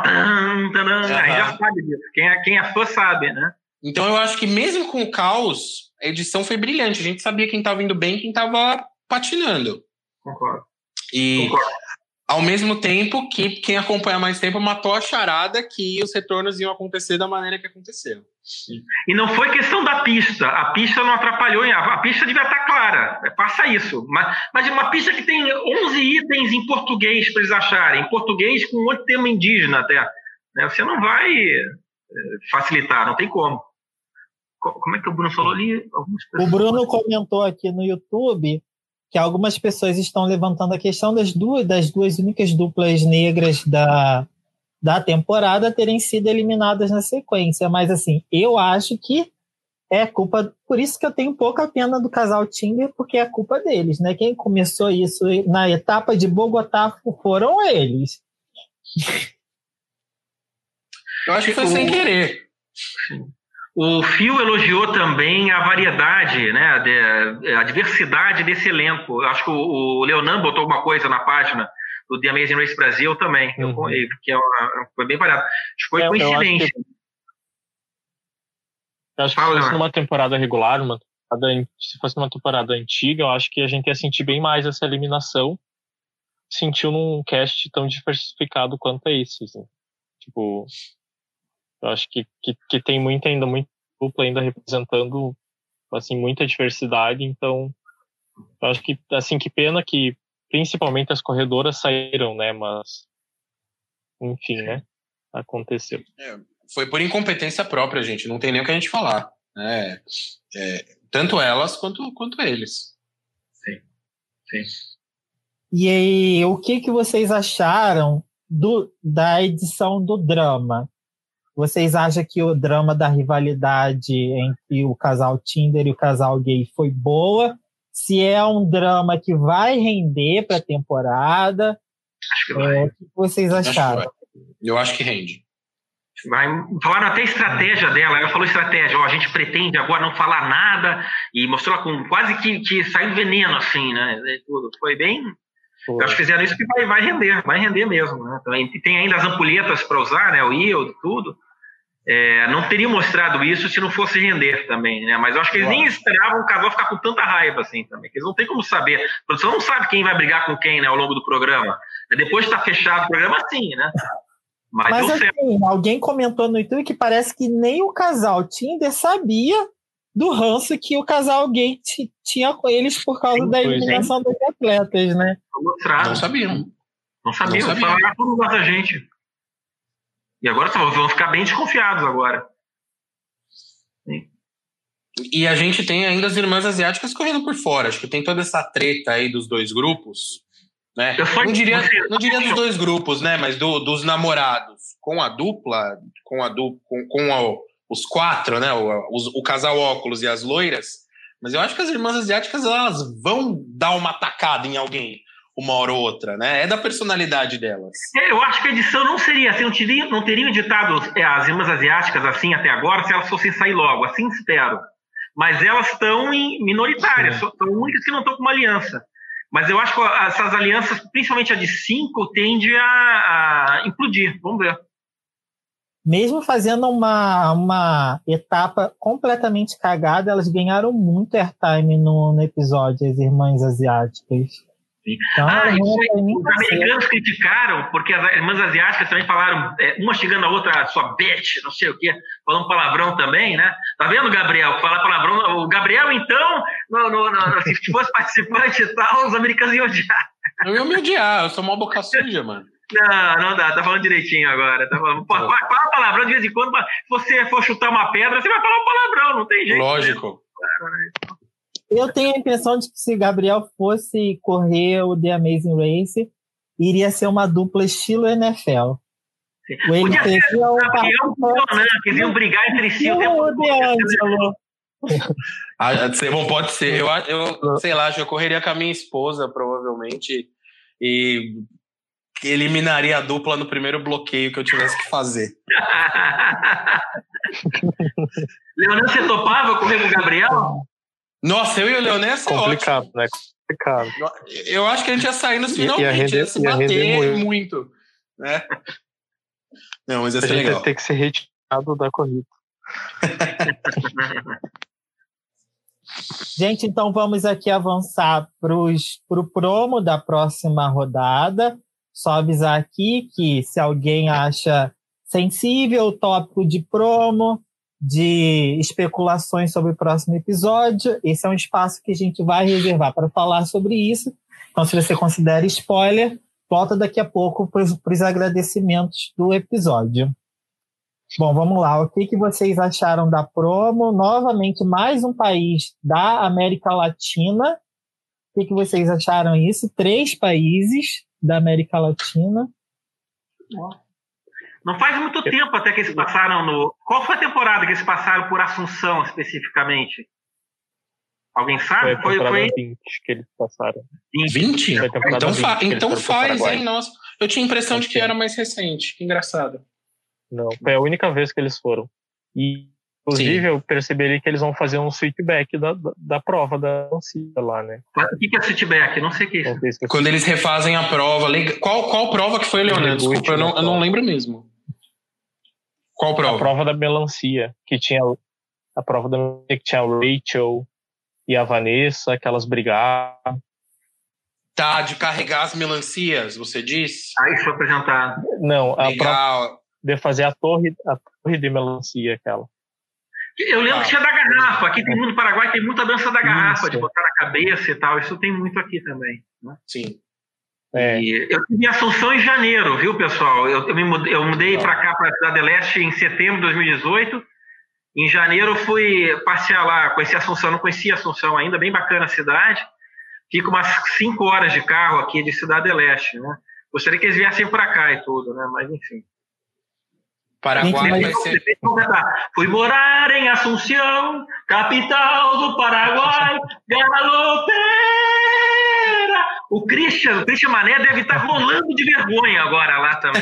Aí já sabe disso. Quem é fã sabe, né? Então eu acho que mesmo com o caos, a edição foi brilhante. A gente sabia quem estava indo bem e quem estava patinando. Concordo. E ao mesmo tempo que quem acompanha mais tempo matou a charada que os retornos iam acontecer da maneira que aconteceram. E não foi questão da pista. A pista não atrapalhou. A pista devia estar clara. Passa isso. Mas uma pista que tem 11 itens em português para eles acharem. Em português com um outro tema indígena até. Você não vai facilitar. Não tem como. Como é que o Bruno falou ali? O Bruno comentou aqui no YouTube que algumas pessoas estão levantando a questão das duas únicas duplas negras da temporada terem sido eliminadas na sequência. Mas, assim, eu acho que é culpa... Por isso que eu tenho pouca pena do casal Tinder, porque é culpa deles, né? Quem começou isso na etapa de Bogotá foram eles. Eu acho que foi sem querer. O Phil elogiou também a variedade, né, a diversidade desse elenco. Eu acho que o Leonan botou alguma coisa na página do The Amazing Race Brasil também, que foi bem variado. Acho que foi coincidência. Eu acho que se fosse numa temporada regular, se fosse uma temporada antiga, eu acho que a gente ia sentir bem mais essa eliminação. Sentiu num cast tão diversificado quanto esse, assim. Tipo... Eu acho que tem muita dupla ainda representando, assim, muita diversidade. Então, eu acho que, assim, que pena que principalmente as corredoras saíram, né? Mas, enfim, né? Aconteceu. Foi por incompetência própria, gente. Não tem nem o que a gente falar. Tanto elas quanto eles. Sim. E aí, o que vocês acharam da edição do drama? Vocês acham que o drama da rivalidade entre o casal Tinder e o casal gay foi boa? Se é um drama que vai render para a temporada? Acho que vai. O que vocês acharam? Eu acho que rende. Falaram até a estratégia dela. Ela falou estratégia. A gente pretende agora não falar nada e mostrou ela com quase que saindo veneno, assim, né? Tudo. Foi bem... Eu acho que fizeram isso que vai render mesmo, né? Então, tem ainda as ampulhetas para usar, né? O IEL, tudo. Não teria mostrado isso se não fosse render também, né? Mas eu acho que eles nem esperavam o casal ficar com tanta raiva assim também, que eles não tem como saber. A produção não sabe quem vai brigar com quem, né, ao longo do programa. Depois de estar fechado o programa, sim, né? Mas assim, alguém comentou no YouTube que parece que nem o casal Tinder sabia do ranço que o casal gay tinha com eles por causa da eliminação dos atletas, né? Não sabiam. Falaram tudo da gente. E agora vão ficar bem desconfiados agora. Sim. E a gente tem ainda as irmãs asiáticas correndo por fora. Acho que tem toda essa treta aí dos 2 grupos, né? Não diria dos 2 grupos, né? Mas dos namorados com a dupla, com os 4, né? O casal óculos e as loiras. Mas eu acho que as irmãs asiáticas elas vão dar uma tacada em alguém uma hora ou outra, né? É da personalidade delas. Eu acho que a edição não seria assim, não teriam editado as irmãs asiáticas assim até agora se elas fossem sair logo, assim espero. mas elas estão minoritárias, são únicas que não estão com uma aliança. Mas eu acho que essas alianças, principalmente a de 5, tende a implodir. Vamos ver. Mesmo fazendo uma etapa completamente cagada, elas ganharam muito airtime no episódio, as irmãs asiáticas. Então, os americanos criticaram, porque as irmãs asiáticas também falaram, uma xingando a outra, sua bitch, não sei o quê, falando palavrão também, né? Tá vendo, Gabriel? Falar palavrão. O Gabriel, então, se fosse participante e tal, os americanos iam odiar. Eu ia me odiar, eu sou uma boca suja, mano. Não dá, tá falando direitinho agora. Tá falando, fala palavrão de vez em quando, se você for chutar uma pedra, você vai falar um palavrão, não tem jeito. Lógico. Né? Eu tenho a impressão de que se Gabriel fosse correr o The Amazing Race, iria ser uma dupla estilo NFL. Podia ser campeão com que iam brigar entre si o tempo todo. Bom, pode ser. Eu sei lá, acho que eu correria com a minha esposa, provavelmente, e eliminaria a dupla no primeiro bloqueio que eu tivesse que fazer. Leonel, você topava correr com o Gabriel? Nossa, eu e o Leonel ia ser complicado, ótimo. Né? Complicado. Eu acho que a gente ia sair nos finalmente, ia se bater muito. Né? Não, mas ia ser legal. Ia ter que ser retirado da corrida. Gente, então vamos aqui avançar pro promo da próxima rodada. Só avisar aqui que se alguém acha sensível o tópico de promo, de especulações sobre o próximo episódio, esse é um espaço que a gente vai reservar para falar sobre isso. Então, se você considera spoiler, volta daqui a pouco para os agradecimentos do episódio. Bom, vamos lá. O que vocês acharam da promo? Novamente, mais um país da América Latina. O que vocês acharam isso? 3 países da América Latina. Não faz muito tempo até que eles passaram no... Qual foi a temporada que eles passaram por Assunção, especificamente? Alguém sabe? Foi a temporada 20 que eles passaram. 20? Então faz, hein? Nossa, eu tinha a impressão de que era mais recente. Que engraçado. Não, foi a única vez que eles foram. E, inclusive, eu percebi que eles vão fazer um switchback da prova da Lancia lá, né? O que é switchback? Não sei o que é isso. Quando eles refazem a prova. Qual prova que foi, Leonel? Desculpa, eu não lembro mesmo. Qual prova? A prova da melancia, que tinha a prova da melancia, que tinha a Rachel e a Vanessa, que elas brigaram. Tá, de carregar as melancias, você diz? Isso foi apresentado. Não, a Legal. prova de fazer a torre de melancia, aquela. Eu lembro que tinha da garrafa. Aqui tem muito no Paraguai, tem muita dança da garrafa, de botar na cabeça e tal. Isso tem muito aqui também. Né? Sim. E eu tive em Assunção em janeiro, viu, pessoal? Eu mudei para cá, para a Cidade Leste, em setembro de 2018. Em janeiro eu fui passear lá, conheci Assunção, não conhecia Assunção ainda, bem bacana a cidade. Fico umas 5 horas de carro aqui de Cidade Leste, né? Gostaria que eles viessem para cá e tudo, né? Mas enfim. Paraguai vai ser... Fui morar em Assunção, capital do Paraguai, galopeira. O Christian Mané deve estar rolando de vergonha agora lá também.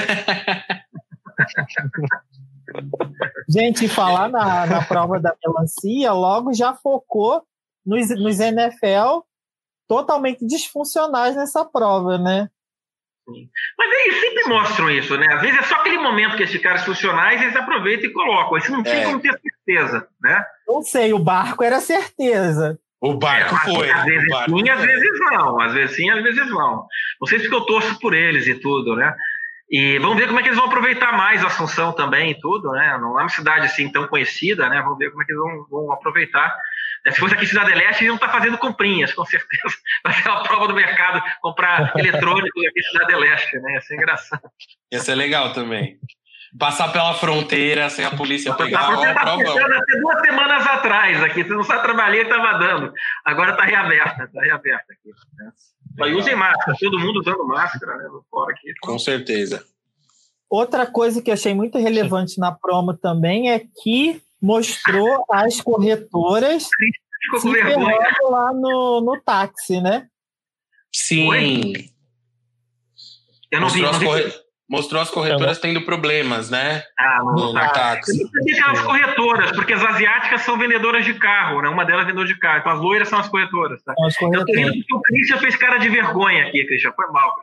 Gente, falar na prova da melancia, logo já focou nos NFL totalmente disfuncionais nessa prova, né? Sim. Mas eles sempre mostram isso, né? Às vezes é só aquele momento que esses caras funcionais eles aproveitam e colocam. Isso não tem como ter certeza, né? Não sei, o barco era certeza. O barco foi. Às vezes sim, às vezes não. Às vezes sim, às vezes não. Não sei se eu torço por eles e tudo, né? E vamos ver como é que eles vão aproveitar mais a Assunção também e tudo, né? Não é uma cidade assim tão conhecida, né? Vamos ver como é que eles vão aproveitar. Se fosse aqui em Cidade Leste, eles iam estar fazendo comprinhas, com certeza. Vai ser uma prova do mercado, comprar eletrônicos aqui em Cidade Leste, né? Ia ser engraçado. Ia ser legal também. Passar pela fronteira sem a polícia pegar. A prova. Até 2 semanas atrás aqui. Você não sabe trabalhar e estava dando. Agora está reaberta aqui. Né? Só usem máscara, todo mundo usando máscara, né? Fora aqui. Com certeza. Outra coisa que eu achei muito relevante na promo também é que mostrou as corretoras se ferrando lá no táxi, né? Sim. Eu não vi. mostrou as corretoras tendo problemas, né? No táxi. Eu não sabia que eram as corretoras, porque as asiáticas são vendedoras de carro, né? Uma delas é vendedora de carro. Então as loiras são as corretoras, tá? As corretoras. Eu tô rindo porque o Christian fez cara de vergonha aqui, Christian. Foi mal.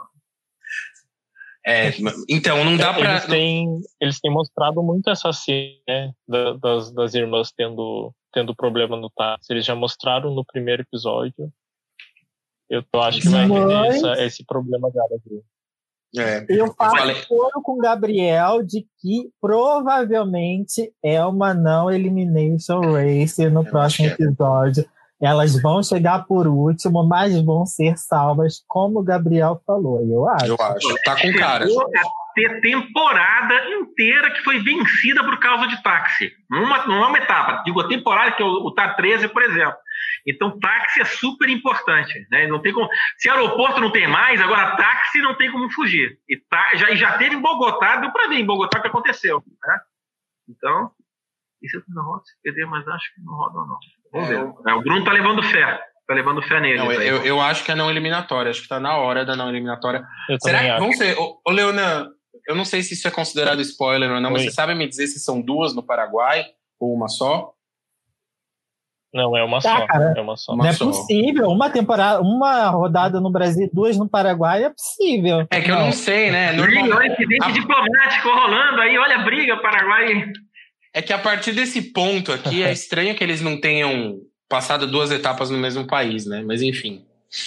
Então, não dá pra... Eles têm mostrado muito essa cena, né, das irmãs tendo problema no táxi. Eles já mostraram no primeiro episódio. Eu acho que vai ter esse problema dela. Eu faço foro com o Gabriel de que provavelmente é uma não elimination race no próximo episódio. Elas vão chegar por último, mas vão ser salvas, como o Gabriel falou. Eu acho. Tá com cara. Ter temporada inteira que foi vencida por causa de táxi. Não é uma etapa. Digo, a temporada que é o TAR 13, por exemplo. Então, táxi é super importante. Né? Não tem como... Se aeroporto não tem mais, agora táxi não tem como fugir. Já teve em Bogotá, deu para ver em Bogotá o que aconteceu. Né? Então, isso é na roda, se perder, mas acho que não roda não. Vamos ver. O Bruno tá levando fé. Tá levando fé nele. Não, eu acho que é não eliminatória. Acho que tá na hora da não eliminatória. Será que vão ser... Ô, Leonan, eu não sei se isso é considerado spoiler ou não, mas você sabe me dizer se são duas no Paraguai ou uma só? Não, é uma só. Cara, é uma só. Não é possível. Uma rodada no Brasil, 2 no Paraguai é possível. É que eu não sei, né? Olha esse dente diplomático rolando aí, olha a briga, Paraguai. É que a partir desse ponto aqui é estranho que eles não tenham passado 2 etapas no mesmo país, né? Mas enfim.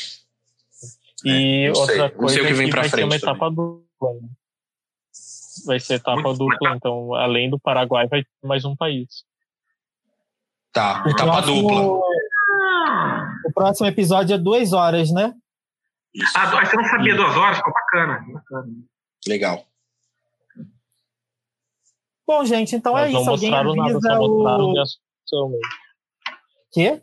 E outra coisa não sei o que vem pra vai frente ser uma etapa dupla. Vai ser etapa dupla, então além do Paraguai vai ter mais um país. Tá, etapa dupla. O próximo episódio é 2 horas, né? Isso. Você não sabia 2 horas? Ficou bacana. Legal. Bom, gente, então Mas é isso. Não mostraram nada, só mostraram de Assunção mesmo. Quê?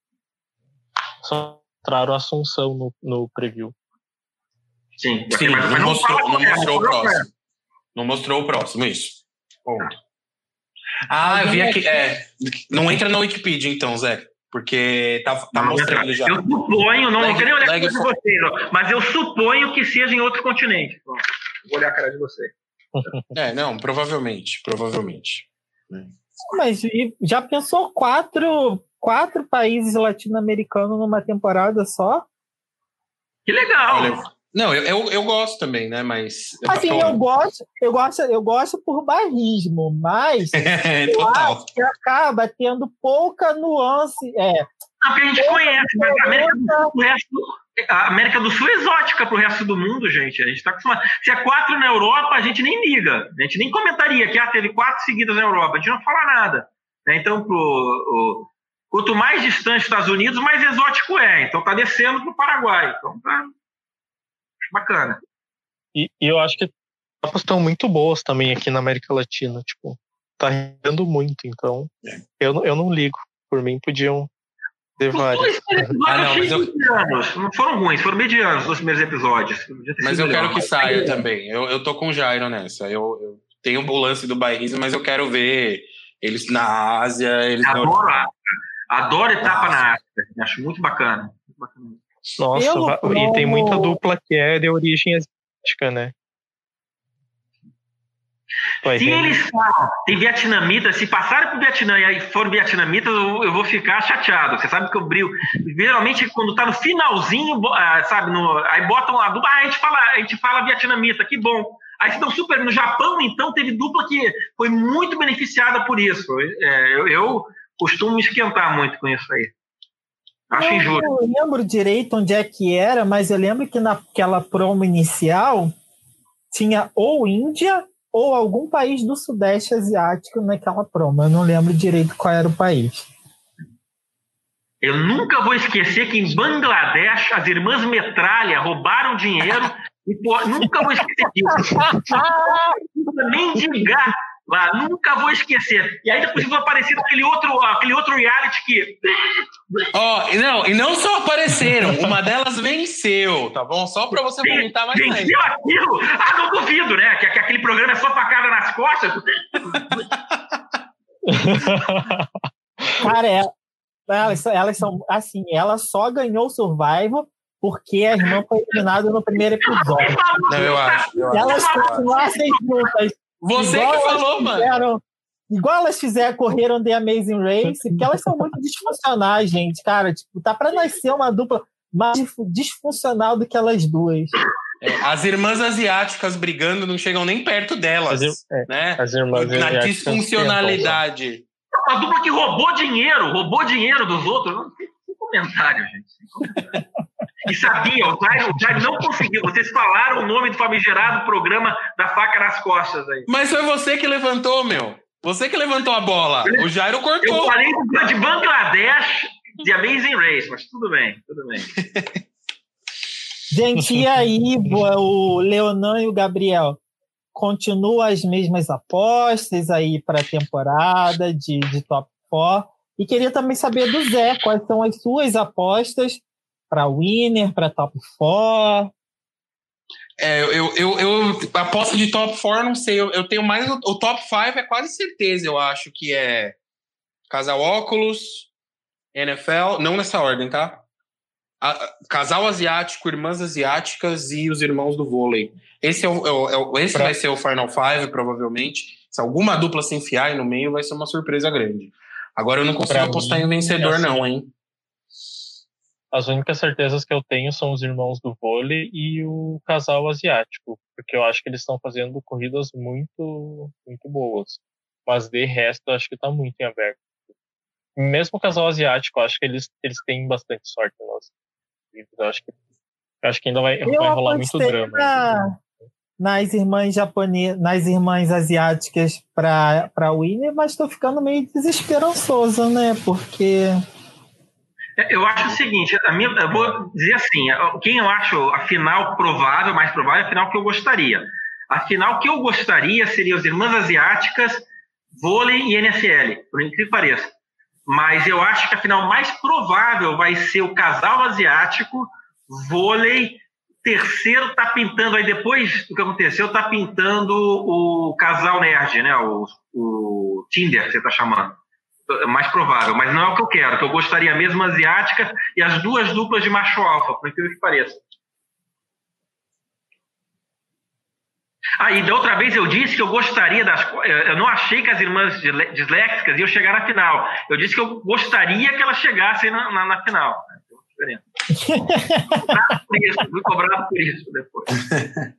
Só mostraram Assunção no preview. Sim, não mostrou o próximo. Não mostrou o próximo, isso. Ponto. Eu vi aqui. Não entra na Wikipedia, então, Zé. Porque tá mostrando já. Eu suponho, não quero olhar a cara de vocês, mas eu suponho que seja em outro continente. Vou olhar a cara de vocês. Não, provavelmente. Mas já pensou 4 países latino-americanos numa temporada só? Que legal! Olha, eu gosto também, né? Mas assim, eu gosto por bairrismo, mas eu acho que acaba tendo pouca nuance. Porque a gente conhece, mas a América do Sul é exótica pro resto do mundo, gente. A gente tá acostumado. Se é 4 na Europa, a gente nem liga. A gente nem comentaria que teve 4 seguidas na Europa. A gente não fala nada. Então, quanto mais distante dos Estados Unidos, mais exótico é. Então tá descendo pro Paraguai. Então tá bacana. E eu acho que as etapas estão muito boas também aqui na América Latina. Tipo, tá rendendo muito. Então, eu não ligo. Por mim, podiam ter vários. Não foram ruins, foram medianos os primeiros episódios. Mas eu quero que saia também. Eu tô com o Jairo nessa. Eu tenho o lance do bairrismo, mas eu quero ver eles na Ásia. Adoro etapa na Ásia. Acho muito bacana. Nossa, e tem muita dupla que é de origem asiática, né? Se eles falam, tem vietnamitas, se passarem pro Vietnã e aí forem vietnamitas, eu vou ficar chateado. Você sabe que eu brilho. Geralmente, quando tá no finalzinho, sabe, aí botam a dupla, a gente fala vietnamita, que bom. Aí se dão super. No Japão, então, teve dupla que foi muito beneficiada por isso. Eu costumo me esquentar muito com isso aí. Acho injusto. Eu não lembro direito onde é que era, mas eu lembro que naquela promo inicial tinha ou Índia ou algum país do Sudeste Asiático naquela promo. Eu não lembro direito qual era o país. Eu nunca vou esquecer que em Bangladesh as irmãs Metralha roubaram dinheiro e nunca vou esquecer disso. Mendigar lá, nunca vou esquecer. E aí depois vou aparecer aquele outro reality que... E não só apareceram, uma delas venceu, tá bom? Só pra você vomitar mais ainda. Venceu aquilo? Não duvido, né? Que aquele programa é só facada nas costas. Cara, elas são assim, ela só ganhou o Survival porque a irmã foi eliminada no primeiro episódio. Não, eu acho. Se elas continuassem juntas. Você que falou, mano. Igual elas correram The Amazing Race, porque elas são muito disfuncionais, gente, cara. Tipo, tá pra nascer uma dupla mais disfuncional do que elas duas. As irmãs asiáticas brigando não chegam nem perto delas, né? As irmãs na disfuncionalidade. Uma dupla que roubou dinheiro dos outros. Não tem comentário, gente. Sem comentário. E sabia, o Jair não conseguiu. Vocês falaram o nome do famigerado programa da faca nas costas aí. Mas foi você que levantou, meu. Você que levantou a bola. O Jairo cortou. Eu falei de Bangladesh, de Amazing Race, mas tudo bem. Gente, e aí, o Leonan e o Gabriel? Continuam as mesmas apostas aí para a temporada de Top 4. E queria também saber do Zé, quais são as suas apostas para Winner, para Top 4? Eu aposto de Top 4, não sei. Eu tenho mais. O Top 5 é quase certeza, eu acho, que é Casal Óculos, NFL, não nessa ordem, tá? Casal asiático, irmãs asiáticas e os irmãos do vôlei. Esse vai ser o Final 5, provavelmente. Se alguma dupla se enfiar aí no meio, vai ser uma surpresa grande. Agora eu não consigo apostar em vencedor, não, hein? As únicas certezas que eu tenho são os irmãos do vôlei e o casal asiático, porque eu acho que eles estão fazendo corridas muito, muito boas. Mas de resto, eu acho que está muito em aberto. Mesmo o casal asiático, eu acho que eles têm bastante sorte. Eu acho que ainda vai rolar muito drama. Nas irmãs nas irmãs asiáticas para Winner, mas estou ficando meio desesperançoso, né? Porque eu acho o seguinte, eu vou dizer assim, quem eu acho a final provável, mais provável, é a final que eu gostaria. A final que eu gostaria seria as irmãs asiáticas, vôlei e NFL, por incrível que pareça. Mas eu acho que a final mais provável vai ser o casal asiático, vôlei, terceiro está pintando, aí depois do que aconteceu, está pintando o casal nerd, né? O Tinder, que você está chamando. É mais provável, mas não é o que eu quero. O que eu gostaria mesmo, asiática e as duas duplas de macho alfa, por incrível que pareça. E da outra vez eu disse que eu gostaria eu não achei que as irmãs disléxicas iam chegar na final. Eu disse que eu gostaria que elas chegassem na final. Fui cobrado por isso depois.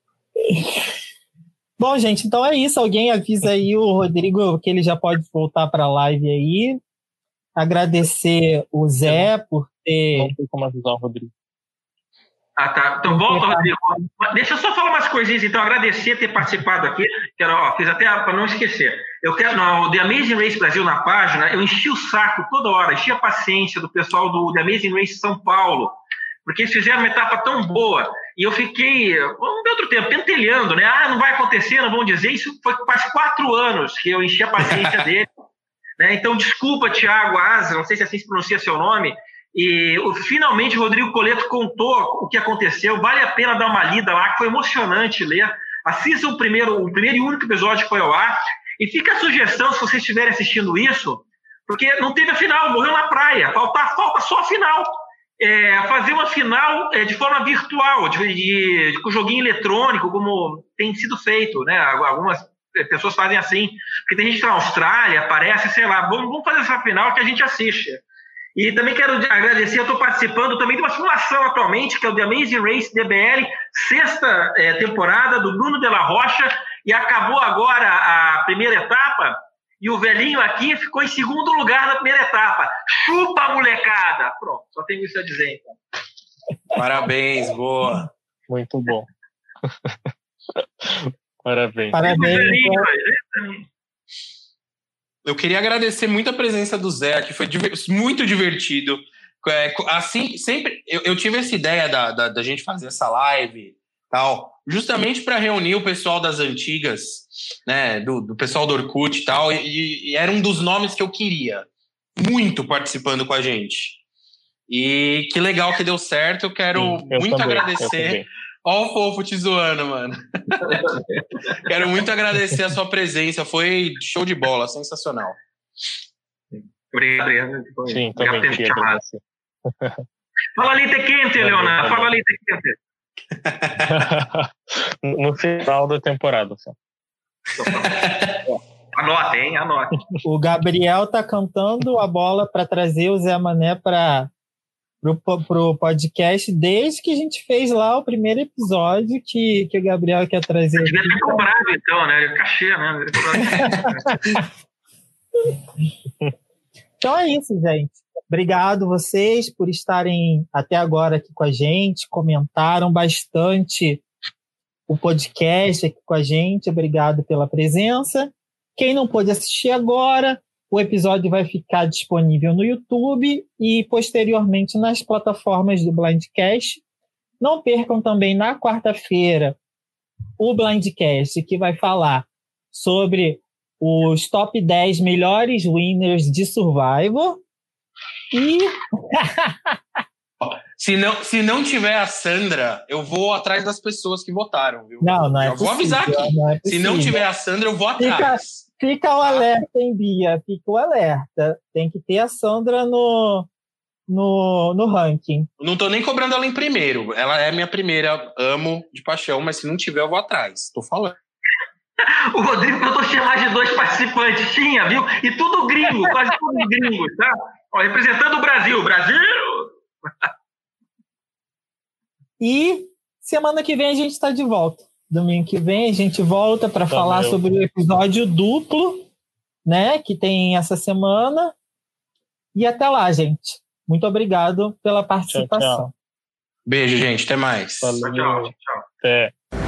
Bom, gente, então é isso. Alguém avisa aí o Rodrigo que ele já pode voltar para a live aí. Agradecer o Zé por ter... Não sei como avisar o Rodrigo. Tá. Então volta, Rodrigo. Deixa eu só falar umas coisinhas, então. Agradecer ter participado aqui. Fiz até para não esquecer. Eu quero, no The Amazing Race Brasil, na página, eu enchi o saco toda hora, enchi a paciência do pessoal do The Amazing Race São Paulo, porque eles fizeram uma etapa tão boa, e eu fiquei, não deu outro tempo, pentelhando, né? Não vai acontecer, não vão dizer. Isso faz 4 anos que eu enchi a paciência dele. Né? Então, desculpa, Thiago Asa, não sei se assim se pronuncia seu nome. E finalmente o Rodrigo Coleto contou o que aconteceu. Vale a pena dar uma lida lá, que foi emocionante ler. Assistam o primeiro e único episódio que foi ao ar. E fica a sugestão, se vocês estiverem assistindo isso, porque não teve a final, morreu na praia. Falta só a final. Fazer uma final de forma virtual, com joguinho eletrônico, como tem sido feito, né? Algumas pessoas fazem assim, porque tem gente na Austrália, aparece, sei lá, vamos fazer essa final que a gente assiste. E também quero agradecer, eu estou participando também de uma simulação atualmente, que é o The Amazing Race DBL, 6ª temporada, do Bruno de la Rocha, e acabou agora a primeira etapa, e o velhinho aqui ficou em 2º lugar na primeira etapa. Chupa, molecada! Pronto, só tenho isso a dizer, então. Parabéns, boa. Muito bom. Parabéns. Eu queria agradecer muito a presença do Zé, que foi muito divertido. Assim, sempre eu tive essa ideia da gente fazer essa live, tal, justamente para reunir o pessoal das antigas, né, do pessoal do Orkut e tal, e era um dos nomes que eu queria muito participando com a gente. E que legal que deu certo. Eu quero muito agradecer. Ó o fofo te zoando, mano. Quero muito agradecer a sua presença. Foi show de bola, sensacional. Obrigado. Sim, também queria agradecer. Fala leite quente, Leonardo. Fala leite quente. No final da temporada, só. Anote, hein? Anote. O Gabriel tá cantando a bola para trazer o Zé Mané pro podcast desde que a gente fez lá o primeiro episódio que o Gabriel quer trazer. Devia ter cobrado, então, né? Cachê, né? Então é isso, gente. Obrigado vocês por estarem até agora aqui com a gente, comentaram bastante o podcast aqui com a gente. Obrigado pela presença. Quem não pôde assistir agora, o episódio vai ficar disponível no YouTube e posteriormente nas plataformas do Blindcast. Não percam também na quarta-feira o Blindcast, que vai falar sobre os top 10 melhores winners de Survivor. E se não tiver a Sandra, eu vou atrás das pessoas que votaram, viu? Não é já possível. Vou avisar aqui. Não é se não tiver a Sandra, eu vou atrás. Fica o alerta, hein, Bia? Fica o alerta. Tem que ter a Sandra no ranking. Não tô nem cobrando ela em primeiro. Ela é minha primeira, amo de paixão, mas se não tiver, eu vou atrás. Tô falando. O Rodrigo tentou chamar de 2 participantes, tinha, viu? E tudo gringo, quase tudo gringo, tá? Ó, representando o Brasil. Brasil! E semana que vem a gente está de volta. Domingo que vem a gente volta para falar sobre o episódio duplo, né? Que tem essa semana. E até lá, gente. Muito obrigado pela participação. Tchau. Beijo, gente. Até mais. Valeu. Tchau. Até.